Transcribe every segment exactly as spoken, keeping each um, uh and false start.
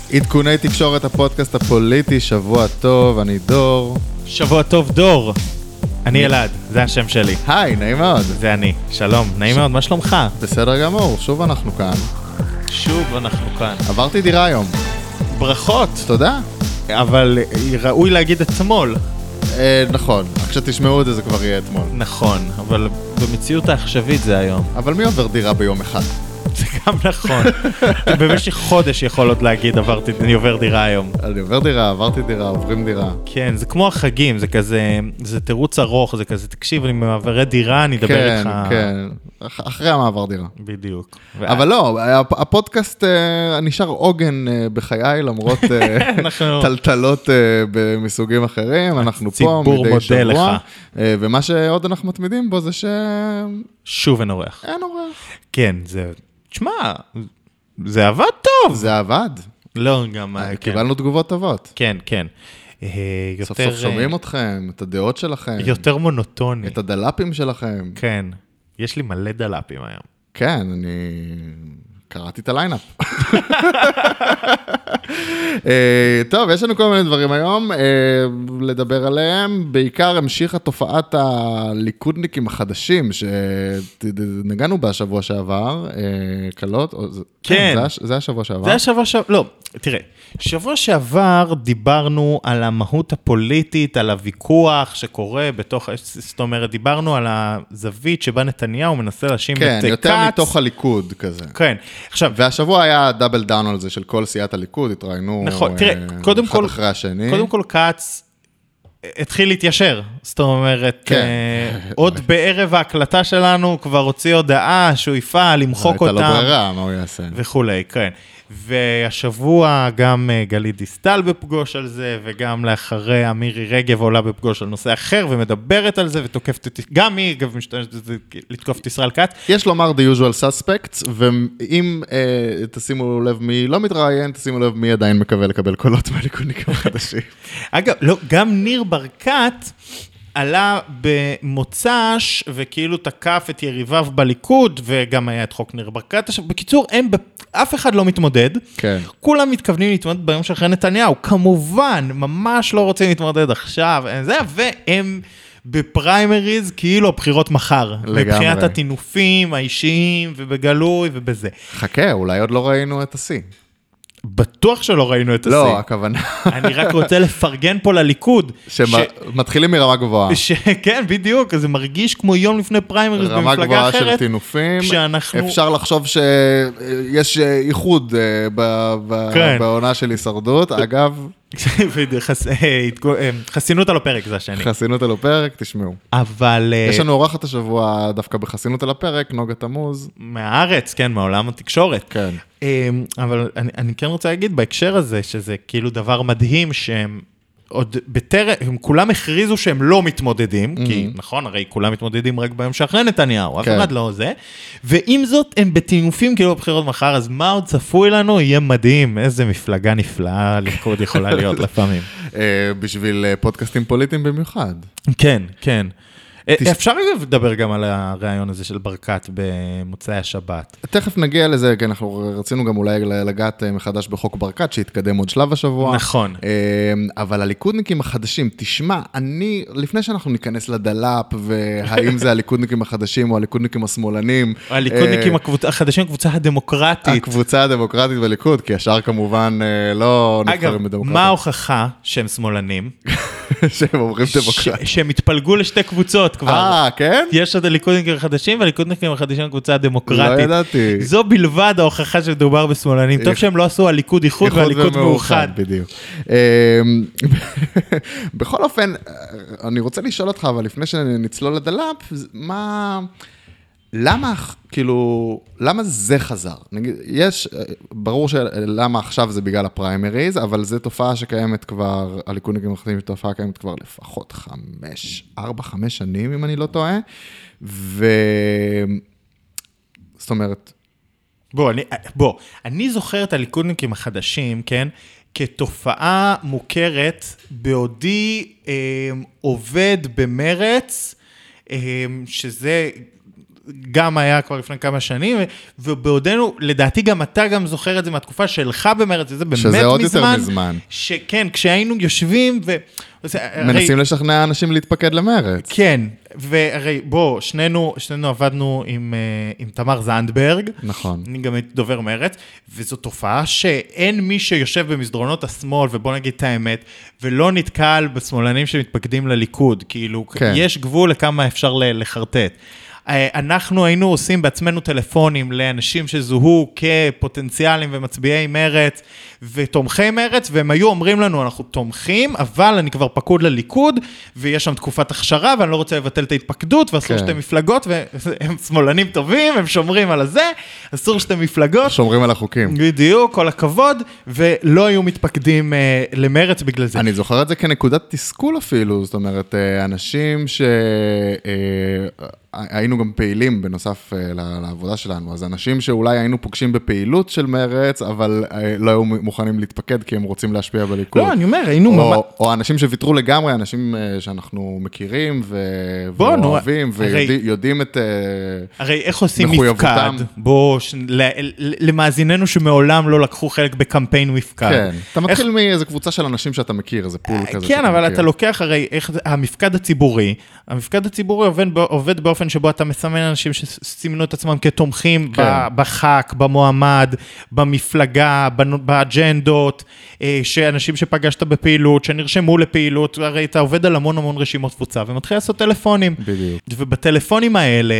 עדכוני תקשורת, הפודקאסט הפוליטי, שבוע טוב, אני דור. שבוע טוב דור. אני אלעד, זה השם שלי. היי, נעים מאוד. זה אני, שלום, נעים מאוד, מה שלומך? בסדר גמור, שוב אנחנו כאן. שוב אנחנו כאן. עברתי דירה היום. ברכות. תודה. אבל ראוי להגיד אתמול. אה, נכון, כשתשמעו את זה זה כבר יהיה אתמול. נכון, אבל במציאות העכשווית זה היום. אבל מי עובר דירה ביום אחד? זה גם נכון. במשך חודש יכול עוד להגיד, עברתי, אני עובר דירה היום. אני עובר דירה, עברתי דירה, עוברים דירה. כן, זה כמו החגים, זה כזה, זה תירוץ ארוך, זה כזה, תקשיב, אני מעברי דירה, אני אדבר כן, איתך. כן, אח- אחרי המעבר דירה. בדיוק. אבל לא, הפ- הפודקאסט אה, נשאר עוגן אה, בחיי, למרות אה, אנחנו- טלטלות אה, מסוגים אחרים, אנחנו פה הציבור מדי מודה שבוע. לך. אה, ומה שעוד אנחנו מתמידים בו זה שאין שוב אין אורח. אורח. כן, זה, תשמע, זה עבד טוב. זה עבד. לא, גם, כן, קיבלנו תגובות טובות. כן, כן. אה, סוף יותר, סוף שומעים אתכם, את הדעות שלכם, יותר מונוטוני. את הדלפים שלכם. כן, יש לי מלא דלפים היום. כן, אני קראתי את הליינאפ. אה, טוב, יש לנו כל מיני דברים היום אה, לדבר עליהם. בעיקר המשיכה תופעת הליכודניקים החדשים שנגענו בה שבוע שעבר, אה, קלות. או, כן. זה, היה- זה היה שבוע שעבר. זה היה שבוע שעבר, לא, תראה, שבוע שעבר דיברנו על המהות הפוליטית, על הוויכוח שקורה בתוך, זאת אומרת, דיברנו על הזווית שבה נתניהו מנסה להאשים כן, את יותר כץ. מתוך הליכוד כזה. כן, עכשיו, והשבוע היה דאבל דאון על זה של כל סיעת הליכוד, התראינו נכון, תראה, אה, קודם אחד כל- אחרי השני. קודם כל כץ התחיל להתיישר, זאת אומרת, כן. אה, עוד בערב ההקלטה שלנו כבר הוציא הודעה שהוא יפעל למחוק הייתה לו אותם. ברירה, מה הוא יעשה? וכולי, כן. והשבוע גם אה, גלית דיסטל בפגוש על זה, וגם לאחריה מירי רגב עולה בפגוש על נושא אחר, ומדברת על זה, ותוקפת את, גם היא, אגב, משתמשת בזה, לתקוף את ישראל כץ. יש לומר the usual suspects, ואם אה, תשימו לב מי לא מתראיין, תשימו לב מי עדיין מקווה לקבל קולות מהליכודניקים החדשים. אגב, לא, גם ניר ברקת עלה במוצ"ש, וכאילו תקף את יריביו בליכוד, וגם היה את חוק ניר ברקת. עכשיו, בקיצור, הם, אף אחד לא מתמודד. כן. כולם מתכוונים להתמודד ביום שאחרי נתניהו. כמובן, ממש לא רוצים להתמודד עכשיו. זה, והם בפריימריז, כאילו הבחירות מחר. לגמרי. מבחינת התינופים האישיים, ובגלוי, ובזה. חכה, אולי עוד לא ראינו את השיא. בטוח שלא ראינו את השיא. לא, הכוונה אני רק רוצה לפרגן פה לליכוד. ש- שמתחילים מרמה גבוהה. שכן, בדיוק, זה מרגיש כמו יום לפני פריימריז רמה במפלגה גבוהה של אחרת. טינופים. כשאנחנו- אפשר לחשוב שיש איחוד אה, ב- ב- כן. בעונה של הישרדות. אגב, וחס- אה, התגו- אה, חסינות על הפרק זה השני. חסינות על הפרק, תשמעו. אבל... אה, יש לנו אורחת השבוע דווקא בחסינות על הפרק, נוגה תמוז. מהארץ, כן, מעולם התקשורת. כן. אמ, אבל אני, אני כן רוצה להגיד בהקשר הזה, שזה כאילו דבר מדהים שהם עוד בטרם, הם כולם הכריזו שהם לא מתמודדים, כי נכון, הרי כולם מתמודדים רק ביום שאחרי נתניהו, אף כן. אחד לא זה, ועם זאת הם בטינופים כאילו בבחירות מחר, אז מה עוד צפוי לנו? יהיה מדהים, איזה מפלגה נפלאה ליכוד יכולה להיות לפעמים. אה, בשביל אה, פודקאסטים פוליטיים במיוחד. כן, כן. תש- אפשר אגב לדבר גם על הרעיון הזה של ברקת במוצאי השבת. תכף נגיע לזה, כי אנחנו רצינו גם אולי לגעת אה, מחדש בחוק ברקת, שהתקדם עוד שלב השבוע. נכון. אה, אבל הליכודניקים החדשים, תשמע, אני, לפני שאנחנו ניכנס לדלאפ, והאם זה הליכודניקים החדשים או הליכודניקים השמאלנים, הליכודניקים אה, הקבוצ- החדשים, הקבוצה הדמוקרטית. הקבוצה הדמוקרטית בליכוד, כי השאר כמובן אה, לא אגב, נבחרים מה בדמוקרטיה. ההוכחה שהם שמאלנים? שהם אומרים ש- דמוקרטיה. שהם התפלגו לשתי קבוצות כבר. אה, כן? יש את הליכודניקים החדשים, והליכודניקים החדשים הקבוצה הדמוקרטית. לא ידעתי. זו בלבד ההוכחה שמדובר בשמאלנים. טוב שהם לא עשו הליכוד איחוד והליכוד מאוחד. בדיוק. בכל אופן, אני רוצה לשאול אותך, אבל לפני שנצלול לדלאפ, מה... למה, כאילו, למה זה חזר? נגיד, יש, ברור שלמה עכשיו זה בגלל הפריימריז, אבל זו תופעה שקיימת כבר, הליכודניקים החדשים, תופעה קיימת כבר לפחות חמש, ארבע, חמש שנים, אם אני לא טועה, ו... זאת אומרת... בוא, אני, בוא, אני זוכר את הליכודניקים החדשים, כן, כתופעה מוכרת, בעודי אה, עובד במרץ, אה, שזה... גם היה כבר לפני כמה שנים, ובעודנו, לדעתי גם אתה גם זוכר את זה מהתקופה שלך במרץ, וזה באמת שזה עוד מזמן, יותר מזמן. שכן, כשהיינו יושבים, ו... מנסים הרי... לשכנע אנשים להתפקד למרץ. כן, והרי בוא, שנינו, שנינו עבדנו עם, עם תמר זנדברג, נכון. אני גם הייתי דובר מרץ, וזו תופעה שאין מי שיושב במסדרונות השמאל, ובוא נגיד את האמת, ולא נתקל בשמאלנים שמתפקדים לליכוד, כאילו, כן. יש גבול לכמה אפשר לחרטט. אנחנו היינו עושים בעצמנו טלפונים לאנשים שזוהו כפוטנציאלים ומצביעי מרץ ותומכי מרץ, והם היו אומרים לנו, אנחנו תומכים, אבל אני כבר פקוד לליכוד, ויש שם תקופת הכשרה, ואני לא רוצה לבטל את ההתפקדות, ואסור שתי מפלגות, והם שמאלנים טובים, הם שומרים על הזה, אסור שתי מפלגות. שומרים על החוקים. בדיוק, כל הכבוד, ולא היו מתפקדים למרץ בגלל זה. אני זוכר את זה כנקודת תסכול אפילו, זאת אומרת, אנשים ש... היינו גם פעילים בנוסף לעבודה שלנו, אז אנשים שאולי היינו פוגשים בפעילות של מרץ, אבל לא היו מוכנים להתפקד כי הם רוצים להשפיע בליכוד. לא, אני אומר, היינו או, ממש... או אנשים שוויתרו לגמרי, אנשים שאנחנו מכירים ו... ואוהבים ויודעים את הרי איך עושים מפקד? בוא, למאזיננו שמעולם לא לקחו חלק בקמפיין מפקד. כן, אתה מתחיל מאיזו קבוצה של אנשים שאתה מכיר, איזה פול כזה. כן, אבל אתה לוקח הרי איך המפקד הציבורי, המפקד הציבורי עובד באופן שבו אתה מסמן אנשים שסימנו את עצמם כתומכים בחק, במועמד, במפלגה, באג'נדות, שאנשים שפגשת בפעילות, שנרשמו לפעילות, הרי אתה עובד על המון המון רשימות תפוצה, ומתחיל לעשות טלפונים. בדיוק. ובטלפונים האלה,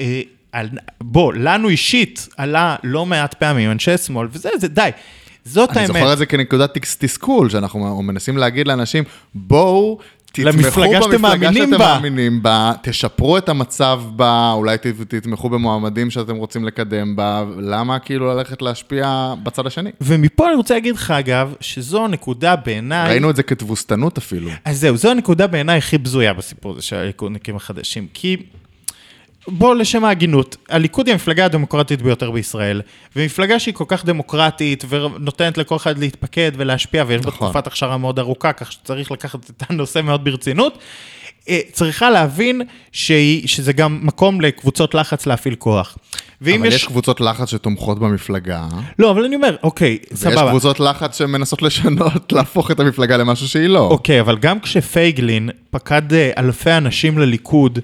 בוא, לנו אישית עלה לא מעט פעמים, אנשי שמאל, וזה, זה די. זאת האמת. אני זוכר את זה כנקודת תסכול, שאנחנו מנסים להגיד לאנשים, בואו, תתמכו במפלגה שאתם מאמינים בה, תשפרו את המצב בה, אולי תתמכו במועמדים שאתם רוצים לקדם בה, למה כאילו ללכת להשפיע בצד השני? ומפה אני רוצה להגיד לך אגב, שזו הנקודה בעיניי... ראינו את זה כתבוסתנות אפילו. אז זהו, זו הנקודה בעיניי הכי בזויה בסיפור הזה של הליכודניקים החדשים, כי... בוא לשם ההגינות, הליכוד היא המפלגה הדמוקרטית ביותר בישראל, ומפלגה שהיא כל כך דמוקרטית, ונותנת לכל אחד להתפקד ולהשפיע, ויש בה תקופת הכשרה מאוד ארוכה, כך שצריך לקחת את הנושא מאוד ברצינות, צריכה להבין שהיא, שזה גם מקום לקבוצות לחץ להפעיל כוח. אבל יש... יש קבוצות לחץ שתומכות במפלגה. לא, אבל אני אומר, אוקיי, סבבה. ויש קבוצות לחץ שמנסות לשנות, להפוך את המפלגה למשהו שהיא לא. אוקיי, אבל גם כשפייגלין פקד אלפי אנשים לליכוד,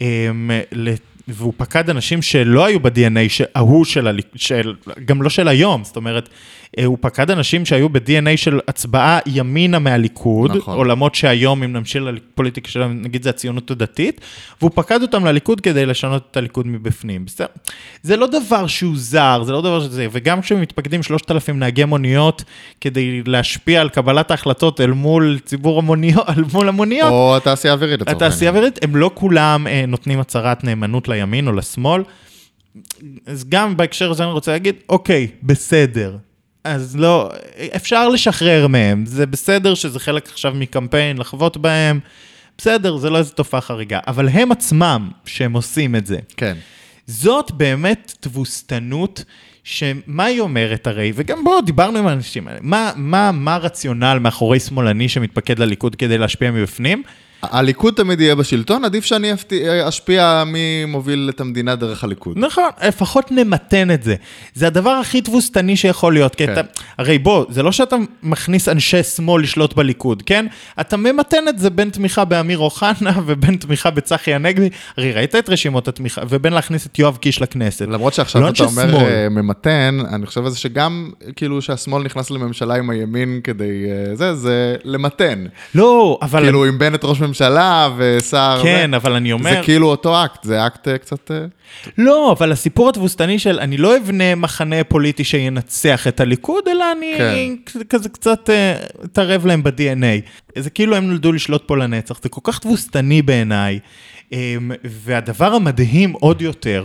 והוא פקד אנשים שלא היו ב-די אן איי, שהוא של, גם לא של היום, זאת אומרת, הוא פקד אנשים שהיו ב-די אן איי של הצבעה ימינה מהליכוד, נכון. עולמות שהיום, אם נמשיל לפוליטיקה שלהם, נגיד זה הציונות הדתית, והוא פקד אותם לליכוד כדי לשנות את הליכוד מבפנים. בסדר? זה לא דבר שהוא זר, זה לא דבר שזה, וגם כשמתפקדים שלושת אלפים נהגי מוניות, כדי להשפיע על קבלת ההחלטות אל מול ציבור המוניות, אל מול המוניות. או התעשייה האווירית. התעשייה האווירית, הם לא כולם אה, נותנים הצהרת נאמנות לימין או לשמאל. אז גם בהקשר הזה אני רוצה להגיד, אוקיי, בסדר. אז לא, אפשר לשחרר מהם, זה בסדר שזה חלק עכשיו מקמפיין, לחוות בהם, בסדר, זה לא איזו תופעה חריגה, אבל הם עצמם שהם עושים את זה. כן. זאת באמת תבוסתנות, שמה היא אומרת הרי, וגם בואו דיברנו עם האנשים האלה, מה, מה, מה הרציונל מאחורי שמאלני שמתפקד לליכוד כדי להשפיע מבפנים? הליכוד תמיד יהיה בשלטון, עדיף שאני אשפיע מי מוביל את המדינה דרך הליכוד. נכון, לפחות נמתן את זה. זה הדבר הכי תבוסתני שיכול להיות, כי אתה, הרי בוא, זה לא שאתה מכניס אנשי שמאל לשלוט בליכוד, כן? אתה ממתן את זה בין תמיכה באמיר אוחנה ובין תמיכה בצחי הנגבי, הרי ראית את רשימות התמיכה, ובין להכניס את יואב קיש לכנסת. למרות שעכשיו אתה אומר ממתן, אני חושב על זה שגם כאילו שהשמאל נכנס לממשלה עם הימין כדי זה, זה למתן. לא, אבל... כאילו עם בנט ראש ממשלה ושר... כן, אבל אני אומר... זה כאילו אותו אקט, זה אקט קצת... לא, אבל הסיפור התבוסתני של, אני לא אבנה מחנה פוליטי שינצח את הליכוד, אלא אני כזה קצת תערב להם ב-די אן איי. זה כאילו הם נולדו לשלוט פה לנצח. זה כל כך תבוסתני בעיניי, והדבר המדהים עוד יותר,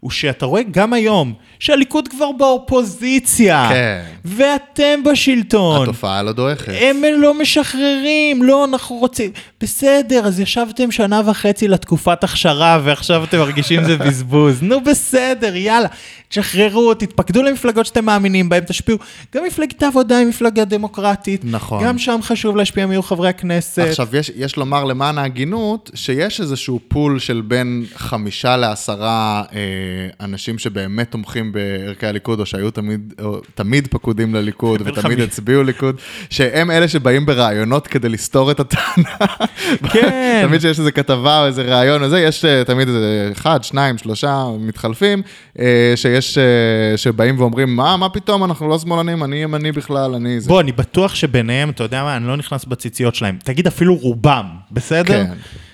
הוא שאתה רואה גם היום, שהליכוד כבר באופוזיציה, כן. ואתם בשלטון. התופעה לא דועכת. הם לא משחררים, לא, אנחנו רוצים. בסדר, אז ישבתם שנה וחצי לתקופת הכשרה, ועכשיו אתם מרגישים זה בזבוז. נו בסדר, יאללה, תשחררו, תתפקדו למפלגות שאתם מאמינים בהם, תשפיעו. גם מפלגת העבודה היא מפלגה דמוקרטית. נכון. גם שם חשוב להשפיע מי יהיו חברי הכנסת. עכשיו, יש, יש לומר למען ההגינות, שיש איזשהו פול של בין חמישה לעשרה אה, אנשים שבאמת תומכים בערכי הליכוד, או שהיו תמיד, או, תמיד פקודים לליכוד, ותמיד הצביעו ליכוד, שהם אלה שבאים ברעיונות כדי לסתור את הטענה. כן. תמיד שיש איזו כתבה או איזה רעיון, וזה, יש תמיד איזה אחד, שניים, שלושה מתחלפים, אה, שיש, אה, שבאים ואומרים, מה, מה פתאום, אנחנו לא שמאלנים, אני ימני בכלל, אני זה. בוא, אני בטוח שביניהם, אתה יודע מה, אני לא נכנס בציציות שלהם. תגיד אפילו רובם, בסדר? כן.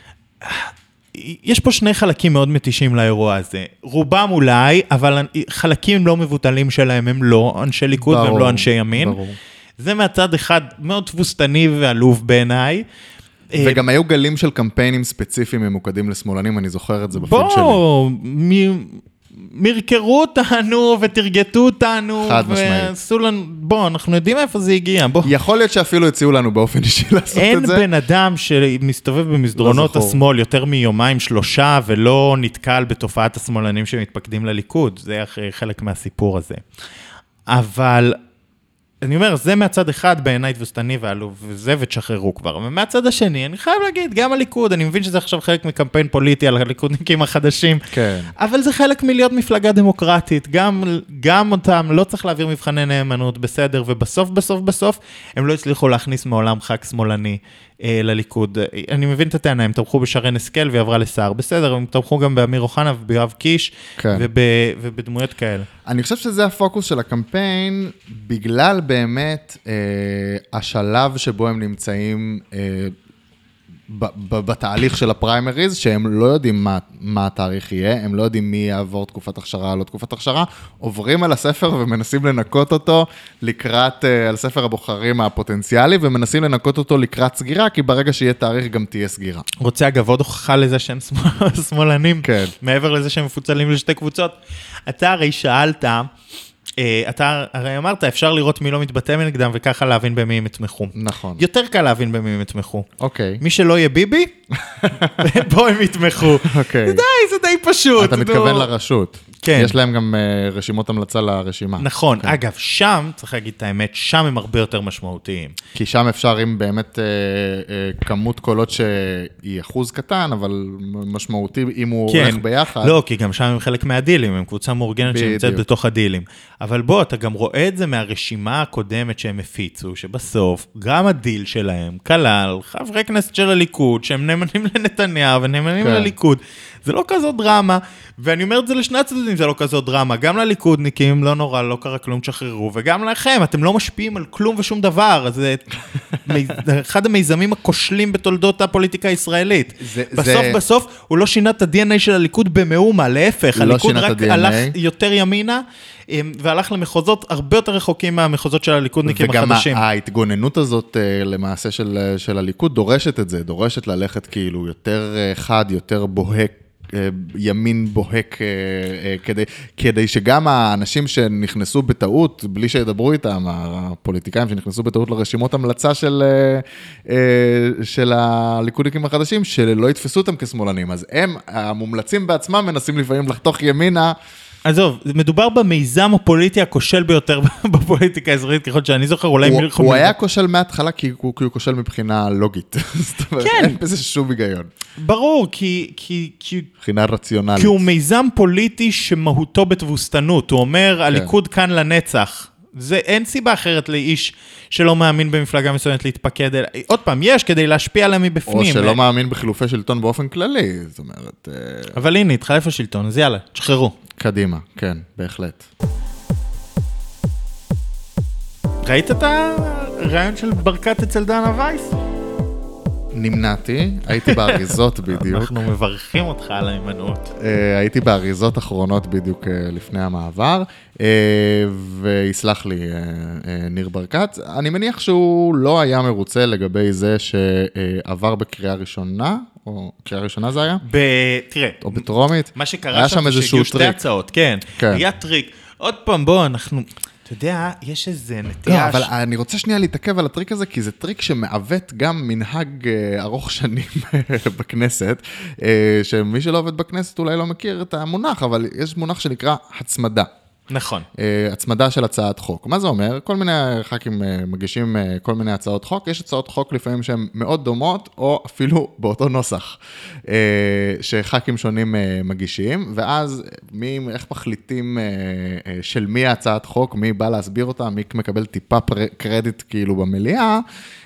יש פה שני חלקים מאוד מתישים לאירוע הזה. רובם אולי, אבל חלקים לא מבוטלים שלהם הם לא אנשי ליכוד והם לא אנשי ימין. ברור. זה מהצד אחד מאוד תבוסתני ועלוב בעיניי. וגם היו גלים של קמפיינים ספציפיים ממוקדים לשמאלנים, אני זוכר את זה בפיד שלי. בוא, מרקרו אותנו ותרגטו אותנו. חד משמעית. ועשו לנו, בוא, אנחנו יודעים איפה זה הגיע, בוא. יכול להיות שאפילו הציעו לנו באופן אישי לעשות את זה. אין בן אדם שמסתובב במסדרונות השמאל יותר מיומיים שלושה, ולא נתקל בתופעת השמאלנים שמתפקדים לליכוד. זה חלק מהסיפור הזה. אבל אני אומר, זה מהצד אחד בעיניי תבוסתני ועלוב, וזה ותשחררו כבר. ומהצד השני, אני חייב להגיד, גם הליכוד, אני מבין שזה עכשיו חלק מקמפיין פוליטי על הליכודניקים החדשים, כן. אבל זה חלק מלהיות מפלגה דמוקרטית, גם, גם אותם לא צריך להעביר מבחני נאמנות בסדר, ובסוף, בסוף, בסוף, הם לא הצליחו להכניס מעולם ח"כ שמאלני אה, לליכוד. אני מבין את הטענה, הם תמכו בשרן השכל והיא עברה לשר, בסדר, הם תמכו גם באמיר אוחנה וביואב קיש, כן. וב, ובדמויות כאלה. אני חושב שזה הפוקוס של הקמפיין, בגלל באמת אה, השלב שבו הם נמצאים אה, ב- ב- בתהליך של הפריימריז, שהם לא יודעים מה, מה התאריך יהיה, הם לא יודעים מי יעבור תקופת הכשרה או לא תקופת הכשרה, עוברים על הספר ומנסים לנקות אותו לקראת, אה, על ספר הבוחרים הפוטנציאלי, ומנסים לנקות אותו לקראת סגירה, כי ברגע שיהיה תאריך גם תהיה סגירה. רוצה אגב עוד הוכחה לזה שהם שמאל, שמאלנים, כן. מעבר לזה שהם מפוצלים לשתי קבוצות. אתה הרי שאלת, אתה הרי אמרת, אפשר לראות מי לא מתבטא מנגדם, וככה להבין במי הם יתמכו. נכון. יותר קל להבין במי הם יתמכו. אוקיי. מי שלא יהיה ביבי, בו הם יתמכו. אוקיי. זה די, זה די פשוט. אתה מתכוון לרשות. כן. יש להם גם uh, רשימות המלצה לרשימה. נכון. אגב, שם, צריך להגיד את האמת, שם הם הרבה יותר משמעותיים. כי שם אפשר, אם באמת אה, אה, כמות קולות שהיא אחוז קטן, אבל משמעותי אם הוא כן. הולך ביחד. לא, כי גם שם הם חלק מהדילים, הם קבוצה מאורגנת בדיוק. שנמצאת בתוך הדילים. אבל בוא, אתה גם רואה את זה מהרשימה הקודמת שהם הפיצו, שבסוף גם הדיל שלהם כלל חברי כנסת של הליכוד, שהם נאמנים לנתניהו ונאמנים כן. לליכוד. זה לא כזאת דרמה, ואני אומר את זה לשני הצדדים, זה לא כזאת דרמה. גם לליכודניקים, לא נורא, לא קרה כלום, תשחררו, וגם לכם, אתם לא משפיעים על כלום ושום דבר. זה אחד המיזמים הכושלים בתולדות הפוליטיקה הישראלית. זה, בסוף, זה... בסוף, הוא לא שינה את ה-די אן איי של הליכוד במאומה, להפך. לא הליכוד שינה את רק ה-די אן איי. הלך יותר ימינה, והלך למחוזות הרבה יותר רחוקים מהמחוזות של הליכודניקים החדשים. וגם ההתגוננות הזאת למעשה של, של הליכוד דורשת את זה, דורשת ללכת כאילו יותר חד, יותר בוהק, ימין בוהק, כדי, כדי שגם האנשים שנכנסו בטעות, בלי שידברו איתם, הפוליטיקאים שנכנסו בטעות לרשימות המלצה של, של הליכודניקים החדשים, שלא יתפסו אותם כשמאלנים. אז הם, המומלצים בעצמם, מנסים לפעמים לחתוך ימינה, עזוב, מדובר במיזם הפוליטי הכושל ביותר בפוליטיקה הישראלית, ככל שאני זוכר, אולי... הוא, הוא היה כושל מההתחלה, כי הוא, כי הוא כושל מבחינה לוגית. זאת אומרת, כן. אין בזה שום היגיון. ברור, כי... כי, כי... מבחינה רציונלית. כי הוא מיזם פוליטי שמהותו בתבוסתנות. הוא אומר, הליכוד כאן לנצח. זה, אין סיבה אחרת לאיש שלא מאמין במפלגה מסוימת להתפקד. עוד פעם, יש כדי להשפיע עליהם מבפנים. או שלא מאמין בחילופי שלטון באופן כללי, זאת אומרת... אבל הנה, התחלף השלטון, אז יאללה, תשחררו. קדימה, כן, בהחלט. ראית את הרעיון של ברקת אצל דנה וייס? נמנעתי, הייתי באריזות בדיוק. אנחנו מברכים אותך על ההימנעות. הייתי באריזות אחרונות בדיוק לפני המעבר, ויסלח לי ניר ברקת. אני מניח שהוא לא היה מרוצה לגבי זה שעבר בקריאה ראשונה, או קריאה ראשונה זה היה? תראה. או בטרומית. מה שקרה שם זה שהגיעו שתי הצעות, כן. היה טריק. עוד פעם, בוא, אנחנו... אתה יודע, יש איזה נטייה... לא, אבל אני רוצה שנייה להתעכב על הטריק הזה, כי זה טריק שמעוות גם מנהג ארוך שנים בכנסת, שמי שלא עובד בכנסת אולי לא מכיר את המונח, אבל יש מונח שנקרא הצמדה. נכון. הצמדה של הצעת חוק. מה זה אומר? כל מיני ח"כים מגישים כל מיני הצעות חוק, יש הצעות חוק לפעמים שהן מאוד דומות, או אפילו באותו נוסח, שח"כים שונים מגישים, ואז מי, איך מחליטים של מי הצעת חוק, מי בא להסביר אותה, מי מקבל טיפה קרדיט כאילו במליאה,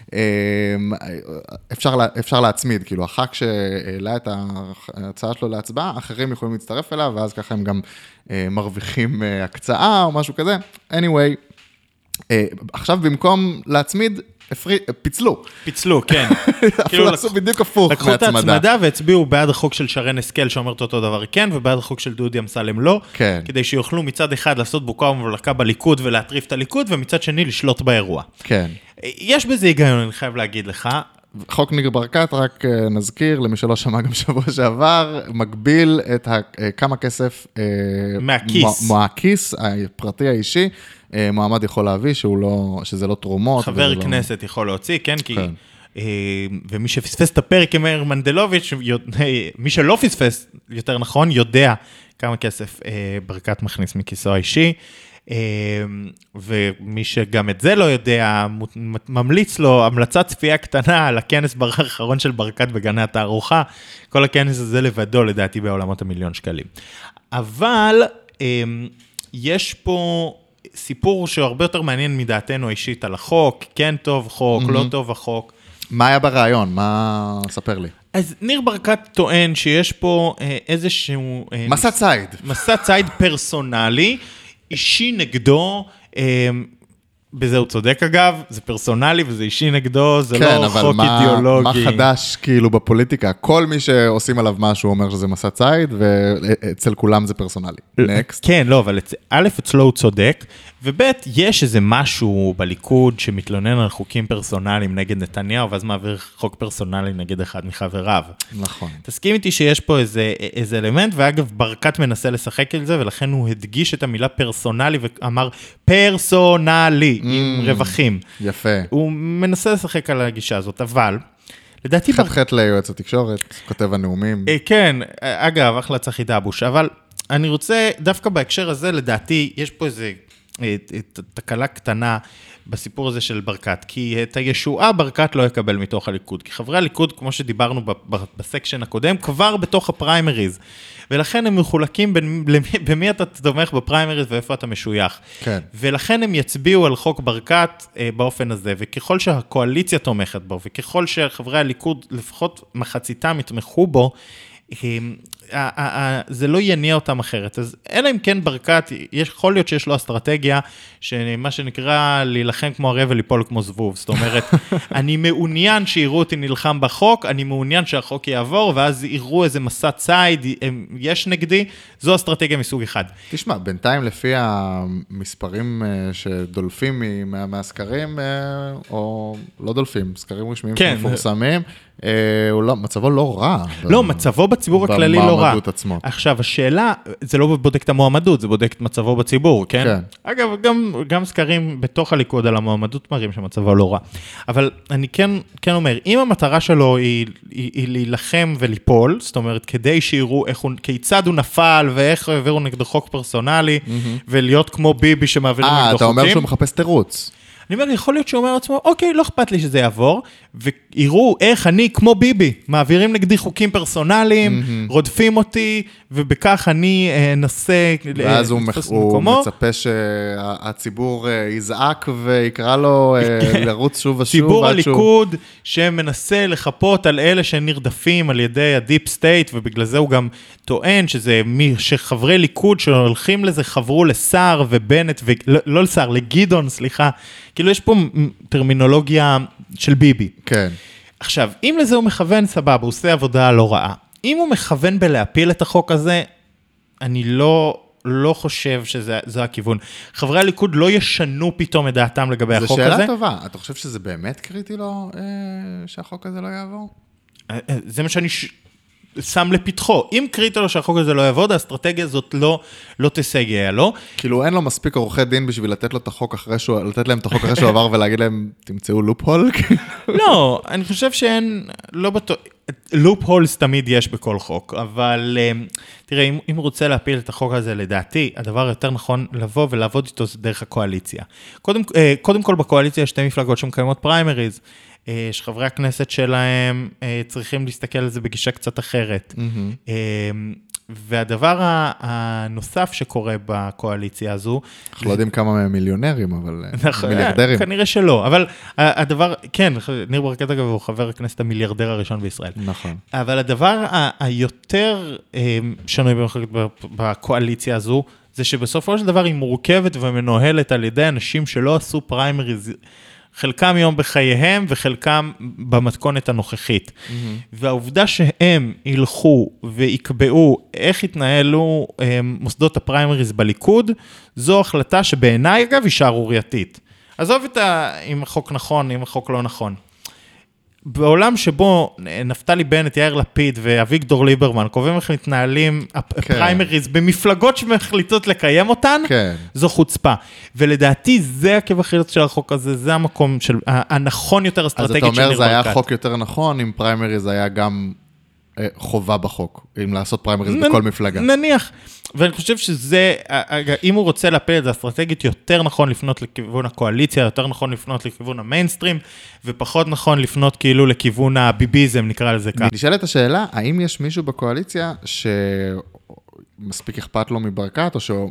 אפשר, אפשר להצמיד, כאילו הח"כ שהעלה את ההצעה שלו להצבעה, אחרים יכולים להצטרף אליו, ואז ככה הם גם מרוויחים הקצאה או משהו כזה. anyway, עכשיו במקום להצמיד, פיצלו. פיצלו, כן. אפילו עשו בדיוק הפוך מהצמדה. לקחו את ההצמדה והצביעו בעד החוק של שרן השכל שאומרת אותו דבר כן, ובעד החוק של דודי אמסלם לא, כדי שיוכלו מצד אחד לעשות בוקה ומבולקה בליכוד ולהטריף את הליכוד, ומצד שני לשלוט באירוע. כן. יש בזה היגיון, אני חייב להגיד לך. חוק ניר ברקת, רק נזכיר, למי שלא שמע גם שבוע שעבר, מגביל את כמה כסף מהכיס. מהכיס הפרטי האישי, מועמד יכול להביא שהוא לא, שזה לא תרומות. חבר כנסת לא... יכול להוציא, כן, כי... כן. ומי שפספס את הפרק עם מאיר מנדלוביץ', מי שלא פספס, יותר נכון, יודע כמה כסף ברקת מכניס מכיסו האישי, ומי שגם את זה לא יודע, ממליץ לו המלצת צפייה קטנה על הכנס האחרון של ברקת בגני התערוכה, כל הכנס הזה לבדו לדעתי בעולמות המיליון שקלים. אבל יש פה סיפור שהרבה יותר מעניין מדעתנו האישית על החוק, כן טוב חוק, לא טוב החוק. מה היה ברעיון? מה... ספר לי. אז ניר ברקת טוען שיש פה איזשהו... מסע צייד. מסע צייד פרסונלי, אישי נגדו, בזה הוא צודק אגב, זה פרסונלי וזה אישי נגדו, זה כן, לא חוק מה, אידיאולוגי. מה חדש כאילו בפוליטיקה? כל מי שעושים עליו משהו אומר שזה מסע צייד, ואצל כולם זה פרסונלי. Next. כן, לא, אבל א', אצלו הוא צודק, וב', יש איזה משהו בליכוד שמתלונן על חוקים פרסונליים נגד נתניהו, ואז מעביר חוק פרסונלי נגד אחד מחבריו. נכון. תסכים איתי שיש פה איזה, איזה אלמנט, ואגב, ברקת מנסה לשחק על זה, ולכן הוא הדגיש את המילה פרסונלי, ואמר פרסונלי, mm, עם רווחים. יפה. הוא מנסה לשחק על הגישה הזאת, אבל... לדעתי... חתכת ליועץ התקשורת, כותב הנאומים. כן, אגב, אחלה צחי דאבוש, אבל אני רוצה, דווקא בהקשר הזה, לדעתי, יש פה איזה תקלה קטנה בסיפור הזה של ברקת, כי את הישועה ברקת לא יקבל מתוך הליכוד, כי חברי הליכוד, כמו שדיברנו בסקשן הקודם, כבר בתוך הפריימריז, ולכן הם מחולקים במי אתה תומך בפריימריז ואיפה אתה משוייך. כן. ולכן הם יצביעו על חוק ברקת באופן הזה, וככל שהקואליציה תומכת בו, וככל שחברי הליכוד, לפחות מחציתם יתמכו בו, זה לא יניע אותם אחרת. אז אלא אם כן ברקת, יכול להיות שיש לו אסטרטגיה, שמה שנקרא להילחם כמו הרי וליפול כמו זבוב. זאת אומרת, אני מעוניין שיראו אותי נלחם בחוק, אני מעוניין שהחוק יעבור, ואז יראו איזה מסע צייד, יש נגדי, זו אסטרטגיה מסוג אחד. תשמע, בינתיים לפי המספרים שדולפים מהסקרים, או לא דולפים, סקרים רשמיים שמפורסמים, מצבו לא רע. לא, מצבו בציבור הכללי לא רע. עצמו. עכשיו, השאלה, זה לא בודק את המועמדות, זה בודק את מצבו בציבור, כן? כן. אגב, גם, גם סקרים בתוך הליכוד על המועמדות מראים שמצבו לא רע. אבל אני כן, כן אומר, אם המטרה שלו היא, היא, היא להילחם וליפול, זאת אומרת, כדי שיראו איך הוא, כיצד הוא נפל, ואיך העבירו נגדו חוק פרסונלי, mm-hmm. ולהיות כמו ביבי שמעבירים נגדו חוקים. אה, אתה אומר שהוא מחפש תירוץ. אני אומר, יכול להיות שהוא אומר לעצמו, אוקיי, לא אכפת לי שזה יעבור, ויראו איך אני, כמו ביבי, מעבירים נגדי חוקים פרסונליים, רודפים אותי, ובכך אני אנסה ואז הוא מצפה שהציבור יזעק ויקרא לו לרוץ שוב ושוב. ציבור הליכוד שמנסה לחפות על אלה שנרדפים על ידי הדיפ סטייט, ובגלל זה הוא גם טוען שזה מי שחברי ליכוד שהולכים לזה חברו לשר ובנט, לא לשר, לגדעון, סליחה, כאילו יש פה טרמינולוגיה של ביבי. כן. עכשיו, אם לזה הוא מכוון, סבבה, הוא עושה עבודה לא רעה. אם הוא מכוון בלהפיל את החוק הזה, אני לא, לא חושב שזה הכיוון. חברי הליכוד לא ישנו פתאום את דעתם לגבי החוק הזה. זו שאלה טובה. אתה חושב שזה באמת קריטי לו אה, שהחוק הזה לא יעבור? זה מה שאני ש... שם לפתחו. אם קריטי לו שהחוק הזה לא יעבוד, האסטרטגיה הזאת לא, לא תסייע לו. כאילו אין לו מספיק עורכי דין בשביל לתת לו את החוק אחרי שהוא, לתת להם את החוק אחרי שהוא עבר ולהגיד להם, תמצאו לופ הול? לא, אני חושב שאין, לא בטוח, לופ הולס תמיד יש בכל חוק, אבל תראה, אם, אם הוא רוצה להפיל את החוק הזה, לדעתי, הדבר יותר נכון לבוא ולעבוד איתו זה דרך הקואליציה. קודם, קודם כל בקואליציה יש שתי מפלגות שמקיימות פריימריז, שחברי הכנסת שלהם צריכים להסתכל על זה בגישה קצת אחרת. Mm-hmm. והדבר הנוסף שקורה בקואליציה הזו... אנחנו לא יודעים כמה מהם מיליונרים, אבל מיליארדרים. כנראה שלא, אבל הדבר, כן, ניר ברקת אגב הוא חבר הכנסת המיליארדר הראשון בישראל. נכון. אבל הדבר היותר שנוי במחלקת בקואליציה הזו, זה שבסופו של דבר היא מורכבת ומנוהלת על ידי אנשים שלא עשו פריימריז, חלקם יום בחייהם וחלקם במתכונת הנוכחית. Mm-hmm. והעובדה שהם ילכו ויקבעו איך יתנהלו הם, מוסדות הפריימריז בליכוד, זו החלטה שבעיניי אגב היא שערורייתית. עזוב את ה... אם החוק נכון, אם החוק לא נכון. בעולם שבו נפתלי בנט, יאיר לפיד ואביגדור ליברמן קובעים איך מתנהלים הפריימריז במפלגות שמחליטות לקיים אותן, זו חוצפה. ולדעתי זה עקב אכילס של החוק הזה, זה המקום הנכון יותר אסטרטגית של ניר ברקת. אז אתה אומר זה היה חוק יותר נכון, אם פריימריז היה גם חובה בחוק, אם לעשות פריימריז בכל מפלגה. נניח. ואני חושב שזה, אם הוא רוצה להפיל את זה אסטרטגית, יותר נכון לפנות לכיוון הקואליציה, יותר נכון לפנות לכיוון המיינסטרים, ופחות נכון לפנות כאילו לכיוון הביביזם, נקרא לזה כך. נשאלת השאלה, האם יש מישהו בקואליציה שמספיק אכפת לו מברקת, או שהוא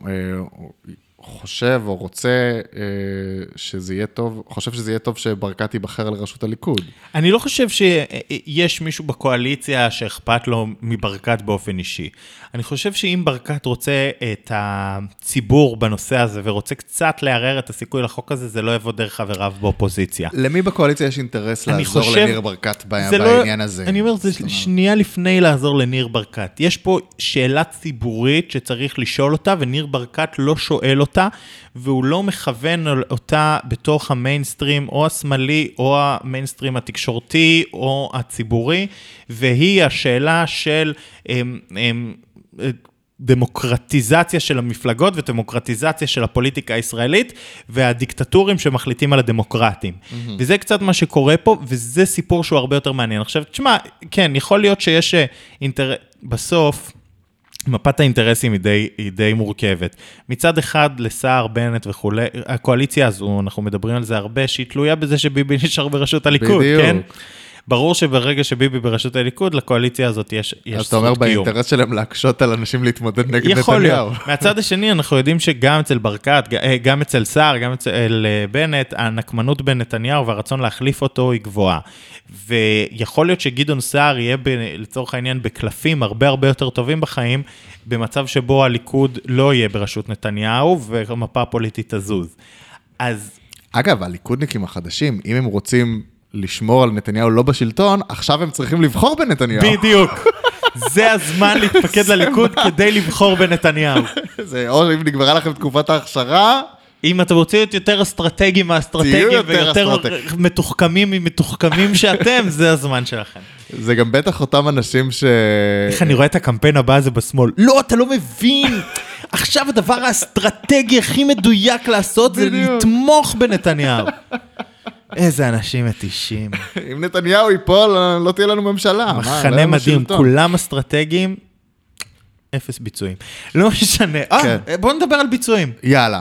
חושב או רוצה שזה יהיה טוב, חושב שזה יהיה טוב שברקת ייבחר לראשות הליכוד? אני לא חושב שיש מישהו בקואליציה שאכפת לו מברקת באופן אישי. אני חושב שאם ברקת רוצה את הציבור בנושא הזה, ורוצה קצת לערער את הסיכוי לחוק הזה, זה לא יבוא דרך חבריו באופוזיציה. למי בקואליציה יש אינטרס לעזור חושב, לניר ברקת בעניין לא, הזה? אני אומר, זה שנייה לפני לעזור לניר ברקת. יש פה שאלה ציבורית שצריך לשאול אותה, וניר ברקת לא שואל אותה, והוא לא מכוון אותה בתוך המיינסטרים, או השמאלי, או המיינסטרים התקשורתי, או הציבורי, והיא השאלה של הם, הם, דמוקרטיזציה של המפלגות, ודמוקרטיזציה של הפוליטיקה הישראלית, והדיקטטורים שמחליטים על הדמוקרטים. Mm-hmm. וזה קצת מה שקורה פה, וזה סיפור שהוא הרבה יותר מעניין. עכשיו, תשמע, כן, יכול להיות שיש אינטר... בסוף, מפת האינטרסים היא די, היא די מורכבת. מצד אחד, לסער, בנט וכו', הקואליציה הזו, אנחנו מדברים על זה הרבה, שהיא תלויה בזה שביבי נשאר בראשות הליכוד, בדיוק. כן? ברור שברגע שביבי בראשות הליכוד, לקואליציה הזאת יש, יש אז אתה אומר באינטרס שלהם להקשות על אנשים להתמודד נגד נתניהו. יכול להיות. מהצד השני, אנחנו יודעים שגם אצל ברקת, גם אצל סער, גם אצל בנט, הנקמנות בין נתניהו והרצון להחליף אותו היא גבוהה. ויכול להיות שגדעון סער יהיה ב, לצורך העניין בקלפים הרבה הרבה יותר טובים בחיים, במצב שבו הליכוד לא יהיה בראשות נתניהו, והמפה הפוליטית תזוז. אז... אגב, הליכודניקים החדשים, אם הם רוצים לשמור על נתניהו לא בשלטון, עכשיו הם צריכים לבחור בנתניהו. בדיוק. זה הזמן להתפקד לליכוד כדי לבחור בנתניהו. זה, או אם נגמרה לכם תקופת ההכשרה, אם אתם רוצים להיות יותר אסטרטגיים מהאסטרטגיים, ויותר מתוחכמים ממתוחכמים שאתם, זה הזמן שלכם. זה גם בטח אותם אנשים ש... איך אני רואה את הקמפיין הבא הזה בשמאל? לא, אתה לא מבין. עכשיו הדבר האסטרטגי הכי מדויק לעשות זה לתמוך בנתניהו. איזה אנשים מתישים. אם נתניהו ייפול, לא תהיה לנו ממשלה. מחנה מדהים, כולם אסטרטגיים, אפס ביצועים. לא משנה. אה, בואו נדבר על ביצועים. יאללה.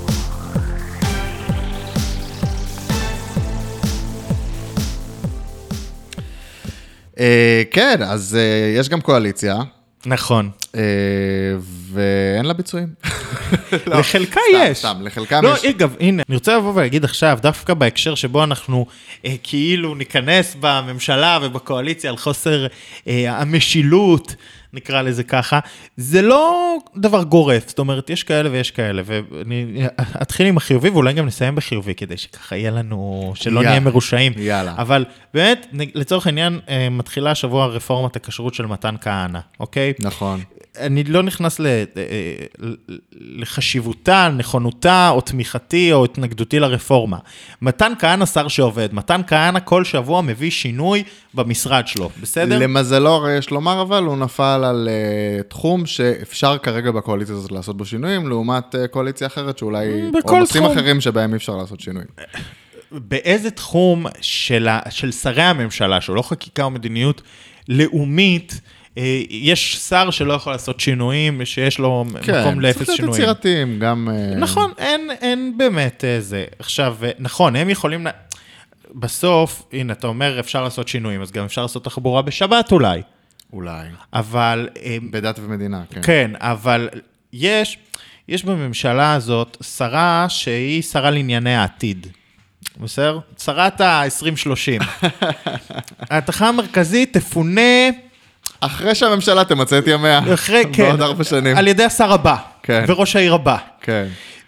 כן, אז יש גם קואליציה. נכון. ואין לה ביצועים. לחלקה יש. סתם, לחלקם יש. לא, אגב, הנה, אני רוצה לבוא ולהגיד עכשיו, דווקא בהקשר שבו אנחנו כאילו ניכנס בממשלה ובקואליציה על חוסר המשילות, נקרא לזה ככה, זה לא דבר גורף, זאת אומרת, יש כאלה ויש כאלה, ואני אתחיל עם החיובי, ואולי גם נסיים בחיובי, כדי שככה יהיה לנו, שלא נהיה מרושעים. יאללה. אבל באמת, לצורך העניין, מתחילה השבוע רפורמת הכשרות של מתן כהנא, אוקיי? נכון. אני לא נכנס לחשיבותה, נכונותה, או תמיכתי, או התנגדותי לרפורמה. מתן כהנא שר שעובד, מתן כהנא כל שבוע מביא שינוי במשרד שלו, בסדר? למזלו, יש לומר אבל, הוא נפל על uh, תחום שאפשר כרגע בקואליציה הזאת לעשות בו שינויים, לעומת uh, קואליציה אחרת שאולי, או נושאים אחרים שבהם אי אפשר לעשות שינויים. באיזה תחום של, ה, של שרי הממשלה, שהוא לא חקיקה או מדיניות לאומית, יש שר שלא יכול לעשות שינויים, שיש לו כן, מקום לאפס שינויים. כן, צריך להיות יצירתיים, גם... נכון, אין, אין באמת זה. עכשיו, נכון, הם יכולים... בסוף, הנה, אתה אומר, אפשר לעשות שינויים, אז גם אפשר לעשות תחבורה בשבת אולי. אולי. אבל... בדת ומדינה, כן. כן, אבל יש, יש בממשלה הזאת שרה שהיא שרה לענייני העתיד. בסדר? שרת ה-עשרים שלושים. התחנה המרכזית תפונה... אחרי שהממשלה תמצא את ימיה, אחרי, כן, בעוד ארבע שנים. על ידי השר הבא, כן. וראש העיר הבא. כן.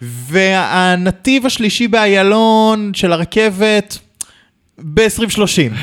והנתיב השלישי באיילון של הרכבת, ב-עשרים שלושים.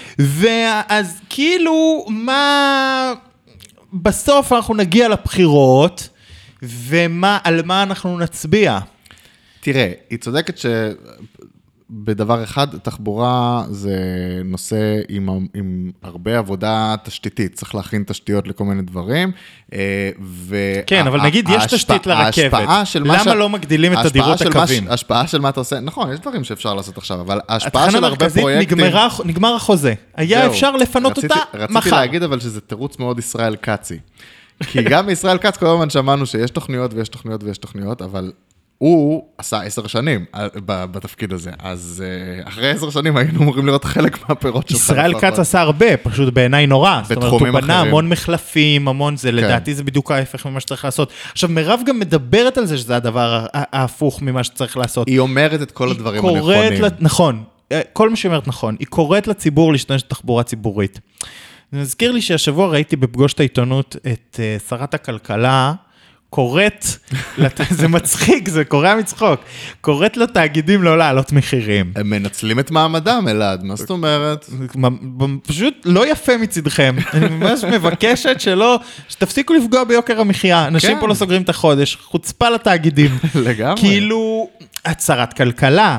ואז כאילו, מה... בסוף אנחנו נגיע לבחירות, ועל מה אנחנו נצביע. תראה, היא צודקת ש... בדבר אחד, תחבורה זה נושא עם, עם הרבה עבודה תשתיתית, צריך להכין תשתיות לכל מיני דברים, ו... כן, אבל נגיד יש תשתית לרכבת, למה לא מגדילים את תדירות הקווים? ההשפעה של מה אתה עושה, נכון, יש דברים שאפשר לעשות עכשיו, אבל ההשפעה של הרבה פרויקטים... נגמר החוזה, היה אפשר לפנות אותה מחר. רציתי להגיד אבל שזה תירוץ מאוד ישראל קצי, כי גם בישראל קץ כל הזמן שמענו שיש תוכניות ויש תוכניות ויש תוכניות, אבל... הוא עשה עשר שנים בתפקיד הזה, אז אחרי עשר שנים היינו אמורים לראות חלק מהפירות שלך. ישראל כץ עשה הרבה, פשוט בעיניי נורא. זאת אומרת, הוא בנה המון מחלפים, המון זה, לדעתי זה בדיוק ההפך ממה שצריך לעשות. עכשיו, מירב גם מדברת על זה שזה הדבר ההפוך ממה שצריך לעשות. היא אומרת את כל הדברים הנכונים. נכון, כל מה שאומרת נכון. היא קוראת לציבור להשתמש בתחבורה ציבורית. זה מזכיר לי שהשבוע ראיתי בפגוש את העיתונות את שרת הכלכלה, קוראת, זה מצחיק, זה קורא מצחוק, קוראת לתאגידים לא לעלות מחירים. הם מנצלים את מעמדם, אלעד, מה זאת אומרת? פשוט לא יפה מצדכם. אני ממש מבקשת שלא, שתפסיקו לפגוע ביוקר המחיה. אנשים פה לא סוגרים את החודש, חוצפה לתאגידים. לגמרי. כאילו, הצהרת כלכלה,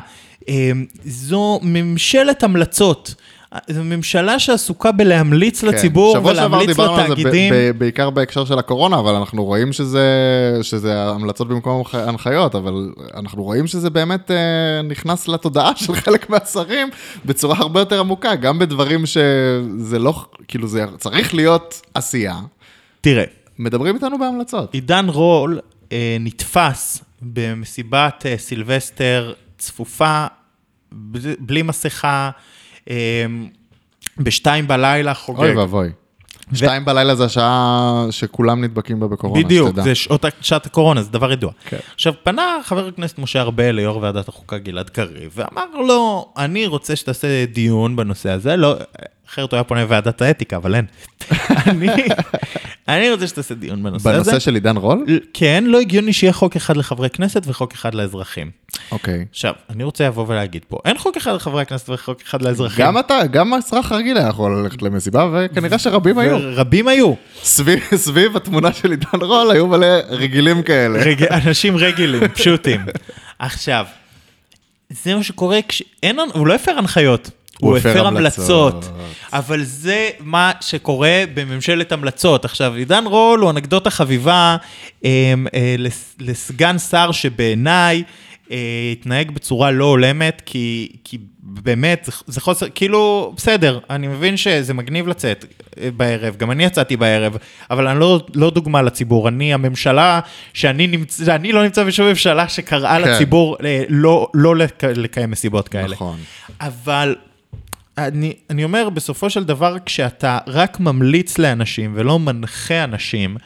זו ממשלת המלצות. זו ממשלה שעסוקה בלהמליץ לציבור ולהמליץ לתאגידים. בעיקר בהקשר של הקורונה, אבל אנחנו רואים שזה המלצות במקום הנחיות, אבל אנחנו רואים שזה באמת נכנס לתודעה של חלק מהשרים בצורה הרבה יותר עמוקה, גם בדברים שזה לא, כאילו זה צריך להיות עשייה. תראה. מדברים איתנו בהמלצות. עידן רול נתפס במסיבת סילבסטר צפופה, בלי מסכה, בשתיים בלילה חוגג. אוי ואבוי. שתיים בלילה זה השעה שכולם נדבקים בה בקורונה. בדיוק, זה שעת הקורונה, זה דבר ידוע. עכשיו, פנה חבר הכנסת משה ארבל ליו"ר ועדת החוקה גלעד קריב, ואמר לו, אני רוצה שתעשה דיון בנושא הזה, לא, אחרת הוא היה פונה ועדת האתיקה, אבל אין. אני רוצה שתעשה דיון בנושא הזה. בנושא של עידן רול? כן, לא הגיוני שיהיה חוק אחד לחברי כנסת וחוק אחד לאזרחים. אוקיי. עכשיו, אני רוצה לבוא ולהגיד פה, אין חוק אחד לחברי הכנסת וחוק אחד לאזרחים. גם אתה, גם אזרח רגיל יכול ללכת למסיבה, וכנראה שרבים היו. רבים היו. סביב התמונה של עידן רול, היו מלא רגילים כאלה. אנשים רגילים, פשוטים. עכשיו, זה מה שקורה, הוא לא הפר הנחיות. הוא הפר המלצות, אבל זה מה שקורה בממשלת המלצות. עכשיו, עידן רול הוא אנקדוטה חביבה לסגן שר שבעיניי התנהג בצורה לא הולמת, כי, כי באמת זה חוסר, כאילו, בסדר, אני מבין שזה מגניב לצאת בערב, גם אני יצאתי בערב, אבל אני לא, לא דוגמה לציבור, אני, הממשלה, שאני נמצא, אני לא נמצא בשום ממשלה שקראה כן. לציבור לא, לא לקיים מסיבות כאלה. נכון. אבל אני, אני אומר, בסופו של דבר, כשאתה רק ממליץ לאנשים ולא מנחה אנשים,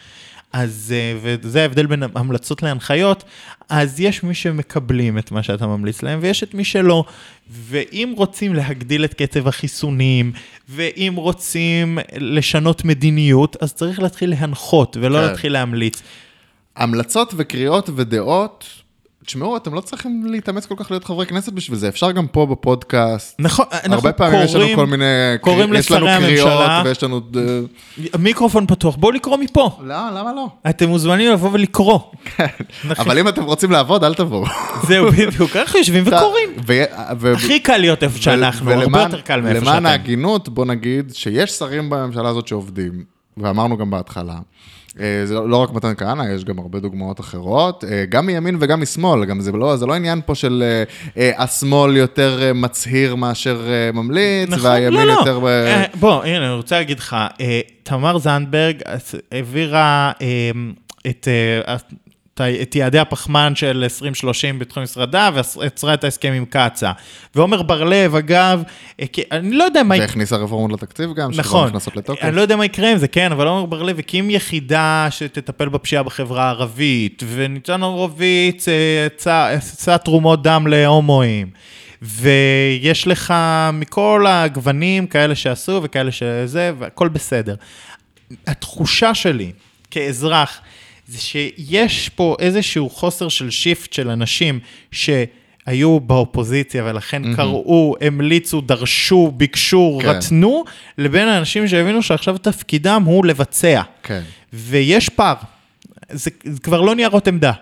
אז, וזה ההבדל בין המלצות להנחיות, אז יש מי שמקבלים את מה שאתה ממליץ להם, ויש את מי שלא. ואם רוצים להגדיל את קצב החיסונים, ואם רוצים לשנות מדיניות, אז צריך להתחיל להנחות, ולא כן. להתחיל להמליץ. המלצות וקריאות ודעות, תשמעו, אתם לא צריכים להתאמץ כל כך להיות חברי כנסת בשביל זה, אפשר גם פה בפודקאסט. נכון, אנחנו הרבה פעמים יש לנו כל מיני, קוראים יש לנו לשרי קריאות הממשלה. ויש לנו... מיקרופון פתוח, בואו לקרוא מפה. לא, למה לא? אתם מוזמנים לבוא ולקרוא. אבל אם אתם רוצים לעבוד, אל תבואו. זהו, בדיוק, אנחנו יושבים וקוראים. הכי קל להיות איפה שאנחנו, הרבה יותר קל מאיפה שאתם. למען ההגינות, בוא נגיד שיש שרים בממשלה הזאת שעובדים, ואמרנו גם בהתחלה, זה לא רק מתן כהנא, יש גם הרבה דוגמאות אחרות, גם מימין וגם משמאל, גם זה לא, זה לא עניין פה של השמאל יותר מצהיר מאשר ממליץ, והימין יותר... בוא, הנה, אני רוצה להגיד לך, תמר זנדברג העבירה את... את יעדי הפחמן של עשרים שלושים בתחום משרדה, ויצרה את ההסכם עם קצה. ועומר בר-לב, אגב, אני לא יודע מה... והכניסה רפורמות לתקציב גם, נכון, שכבר נכנסות לתוקף. אני לא יודע מה יקרה עם זה, כן, אבל עומר בר-לב הקים יחידה שתטפל בפשיעה בחברה הערבית, וניצן הורוביץ עשה תרומות דם להומואים. ויש לך מכל הגוונים כאלה שעשו, וכאלה שזה, והכל בסדר. התחושה שלי, כאזרח, זה שיש פה איזשהו חוסר של שיפט של אנשים שהיו באופוזיציה, ולכן mm-hmm. קראו, המליצו, דרשו, ביקשו, כן. רצנו, לבין האנשים שהבינו שעכשיו תפקידם הוא לבצע. כן. ויש פער. זה, זה כבר לא ניירות עמדה.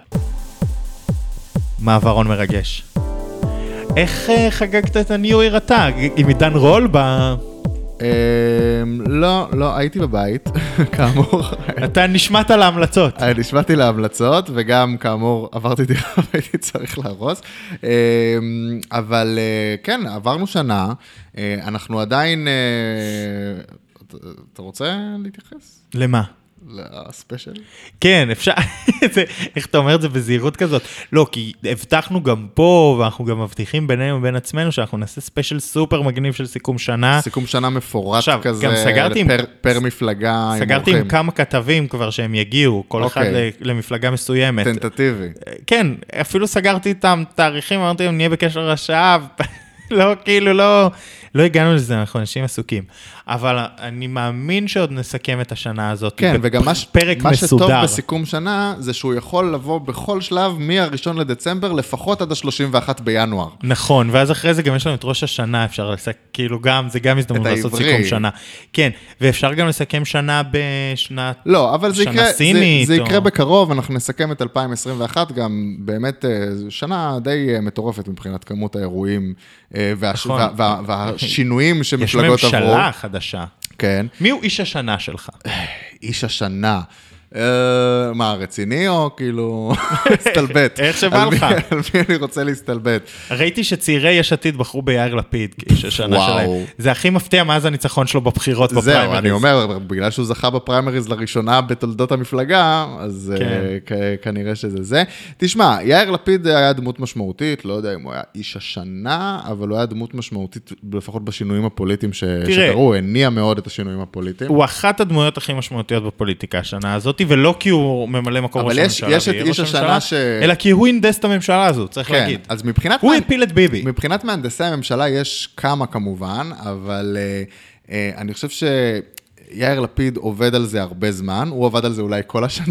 מעברון מרגש. איך חגגת את הניו ייר אתה? עם עידן רול ב... לא, לא, הייתי בבית, כאמור. אתה נשמעת להמלצות. נשמעתי להמלצות, וגם כאמור עברתי דירה והייתי צריך להרוס. אבל כן, עברנו שנה, אנחנו עדיין... אתה רוצה להתייחס? למה? לספיישל? כן, אפשר, איך אתה אומר את זה בזהירות כזאת? לא, כי הבטחנו גם פה, ואנחנו גם מבטיחים בינינו ובין עצמנו, שאנחנו נעשה ספיישל סופר מגניב של סיכום שנה. סיכום שנה מפורט עכשיו, כזה, גם סגרתי פר, פר מפלגה. סגרתי עם, עם כמה כתבים כבר שהם יגיעו, כל אחד למפלגה מסוימת. טנטטיבי. כן, אפילו סגרתי איתם תאריכים, אמרתי להם, נהיה בקשר השעה, לא, כאילו, לא, לא הגענו לזה, אנחנו אנשים עסוקים. אבל אני מאמין שעוד נסכם את השנה הזאת. כן, וגם מה, פרק מה מסודר. שטוב בסיכום שנה, זה שהוא יכול לבוא בכל שלב, מה-ראשון לדצמבר, לפחות עד ה-שלושים ואחד בינואר. נכון, ואז אחרי זה גם יש לנו את ראש השנה, אפשר לסכם, כאילו גם, זה גם הזדמנות לעשות סיכום שנה. כן, ואפשר גם לסכם שנה בשנת, לא, אבל זה יקרה, סינית, זה, זה או... יקרה בקרוב, אנחנו נסכם את אלפיים עשרים ואחת, גם באמת שנה די מטורפת מבחינת כמות האירועים, וה, נכון. וה, וה, והשינויים שמפלגות עברו. יש ממשלה חדשה. כן. מי הוא איש השנה שלך? איש השנה. מה, רציני או כאילו הסתלבט? איך שבא לך? על מי אני רוצה להסתלבט? ראיתי שצעירי יש עתיד בחרו ביאיר לפיד כאיש השנה שלהם. זה הכי מפתיע מאז הניצחון שלו בבחירות בפריימריז. זהו, אני אומר, בגלל שהוא זכה בפריימריז לראשונה בתולדות המפלגה, אז כנראה שזה זה. תשמע, יאיר לפיד היה דמות משמעותית, לא יודע אם הוא היה איש השנה, אבל הוא היה דמות משמעותית, לפחות בשינויים הפוליטיים שקרו, הוא הניע מאוד את השינויים הפוליטיים. הוא אחת הדמויות הכי משמעותיות בפוליטיקה השנה הזאת, ולא כי הוא ממלא מקום ראש הממשלה, אבל יש את איש השנה ש... אלא כי הוא אינדס את הממשלה הזו, צריך להגיד. אז מבחינת... הוא הפיל את ביבי. מבחינת מהנדסי הממשלה יש כמה כמובן, אבל אני חושב שיאיר לפיד עובד על זה הרבה זמן, הוא עובד על זה אולי כל השנה,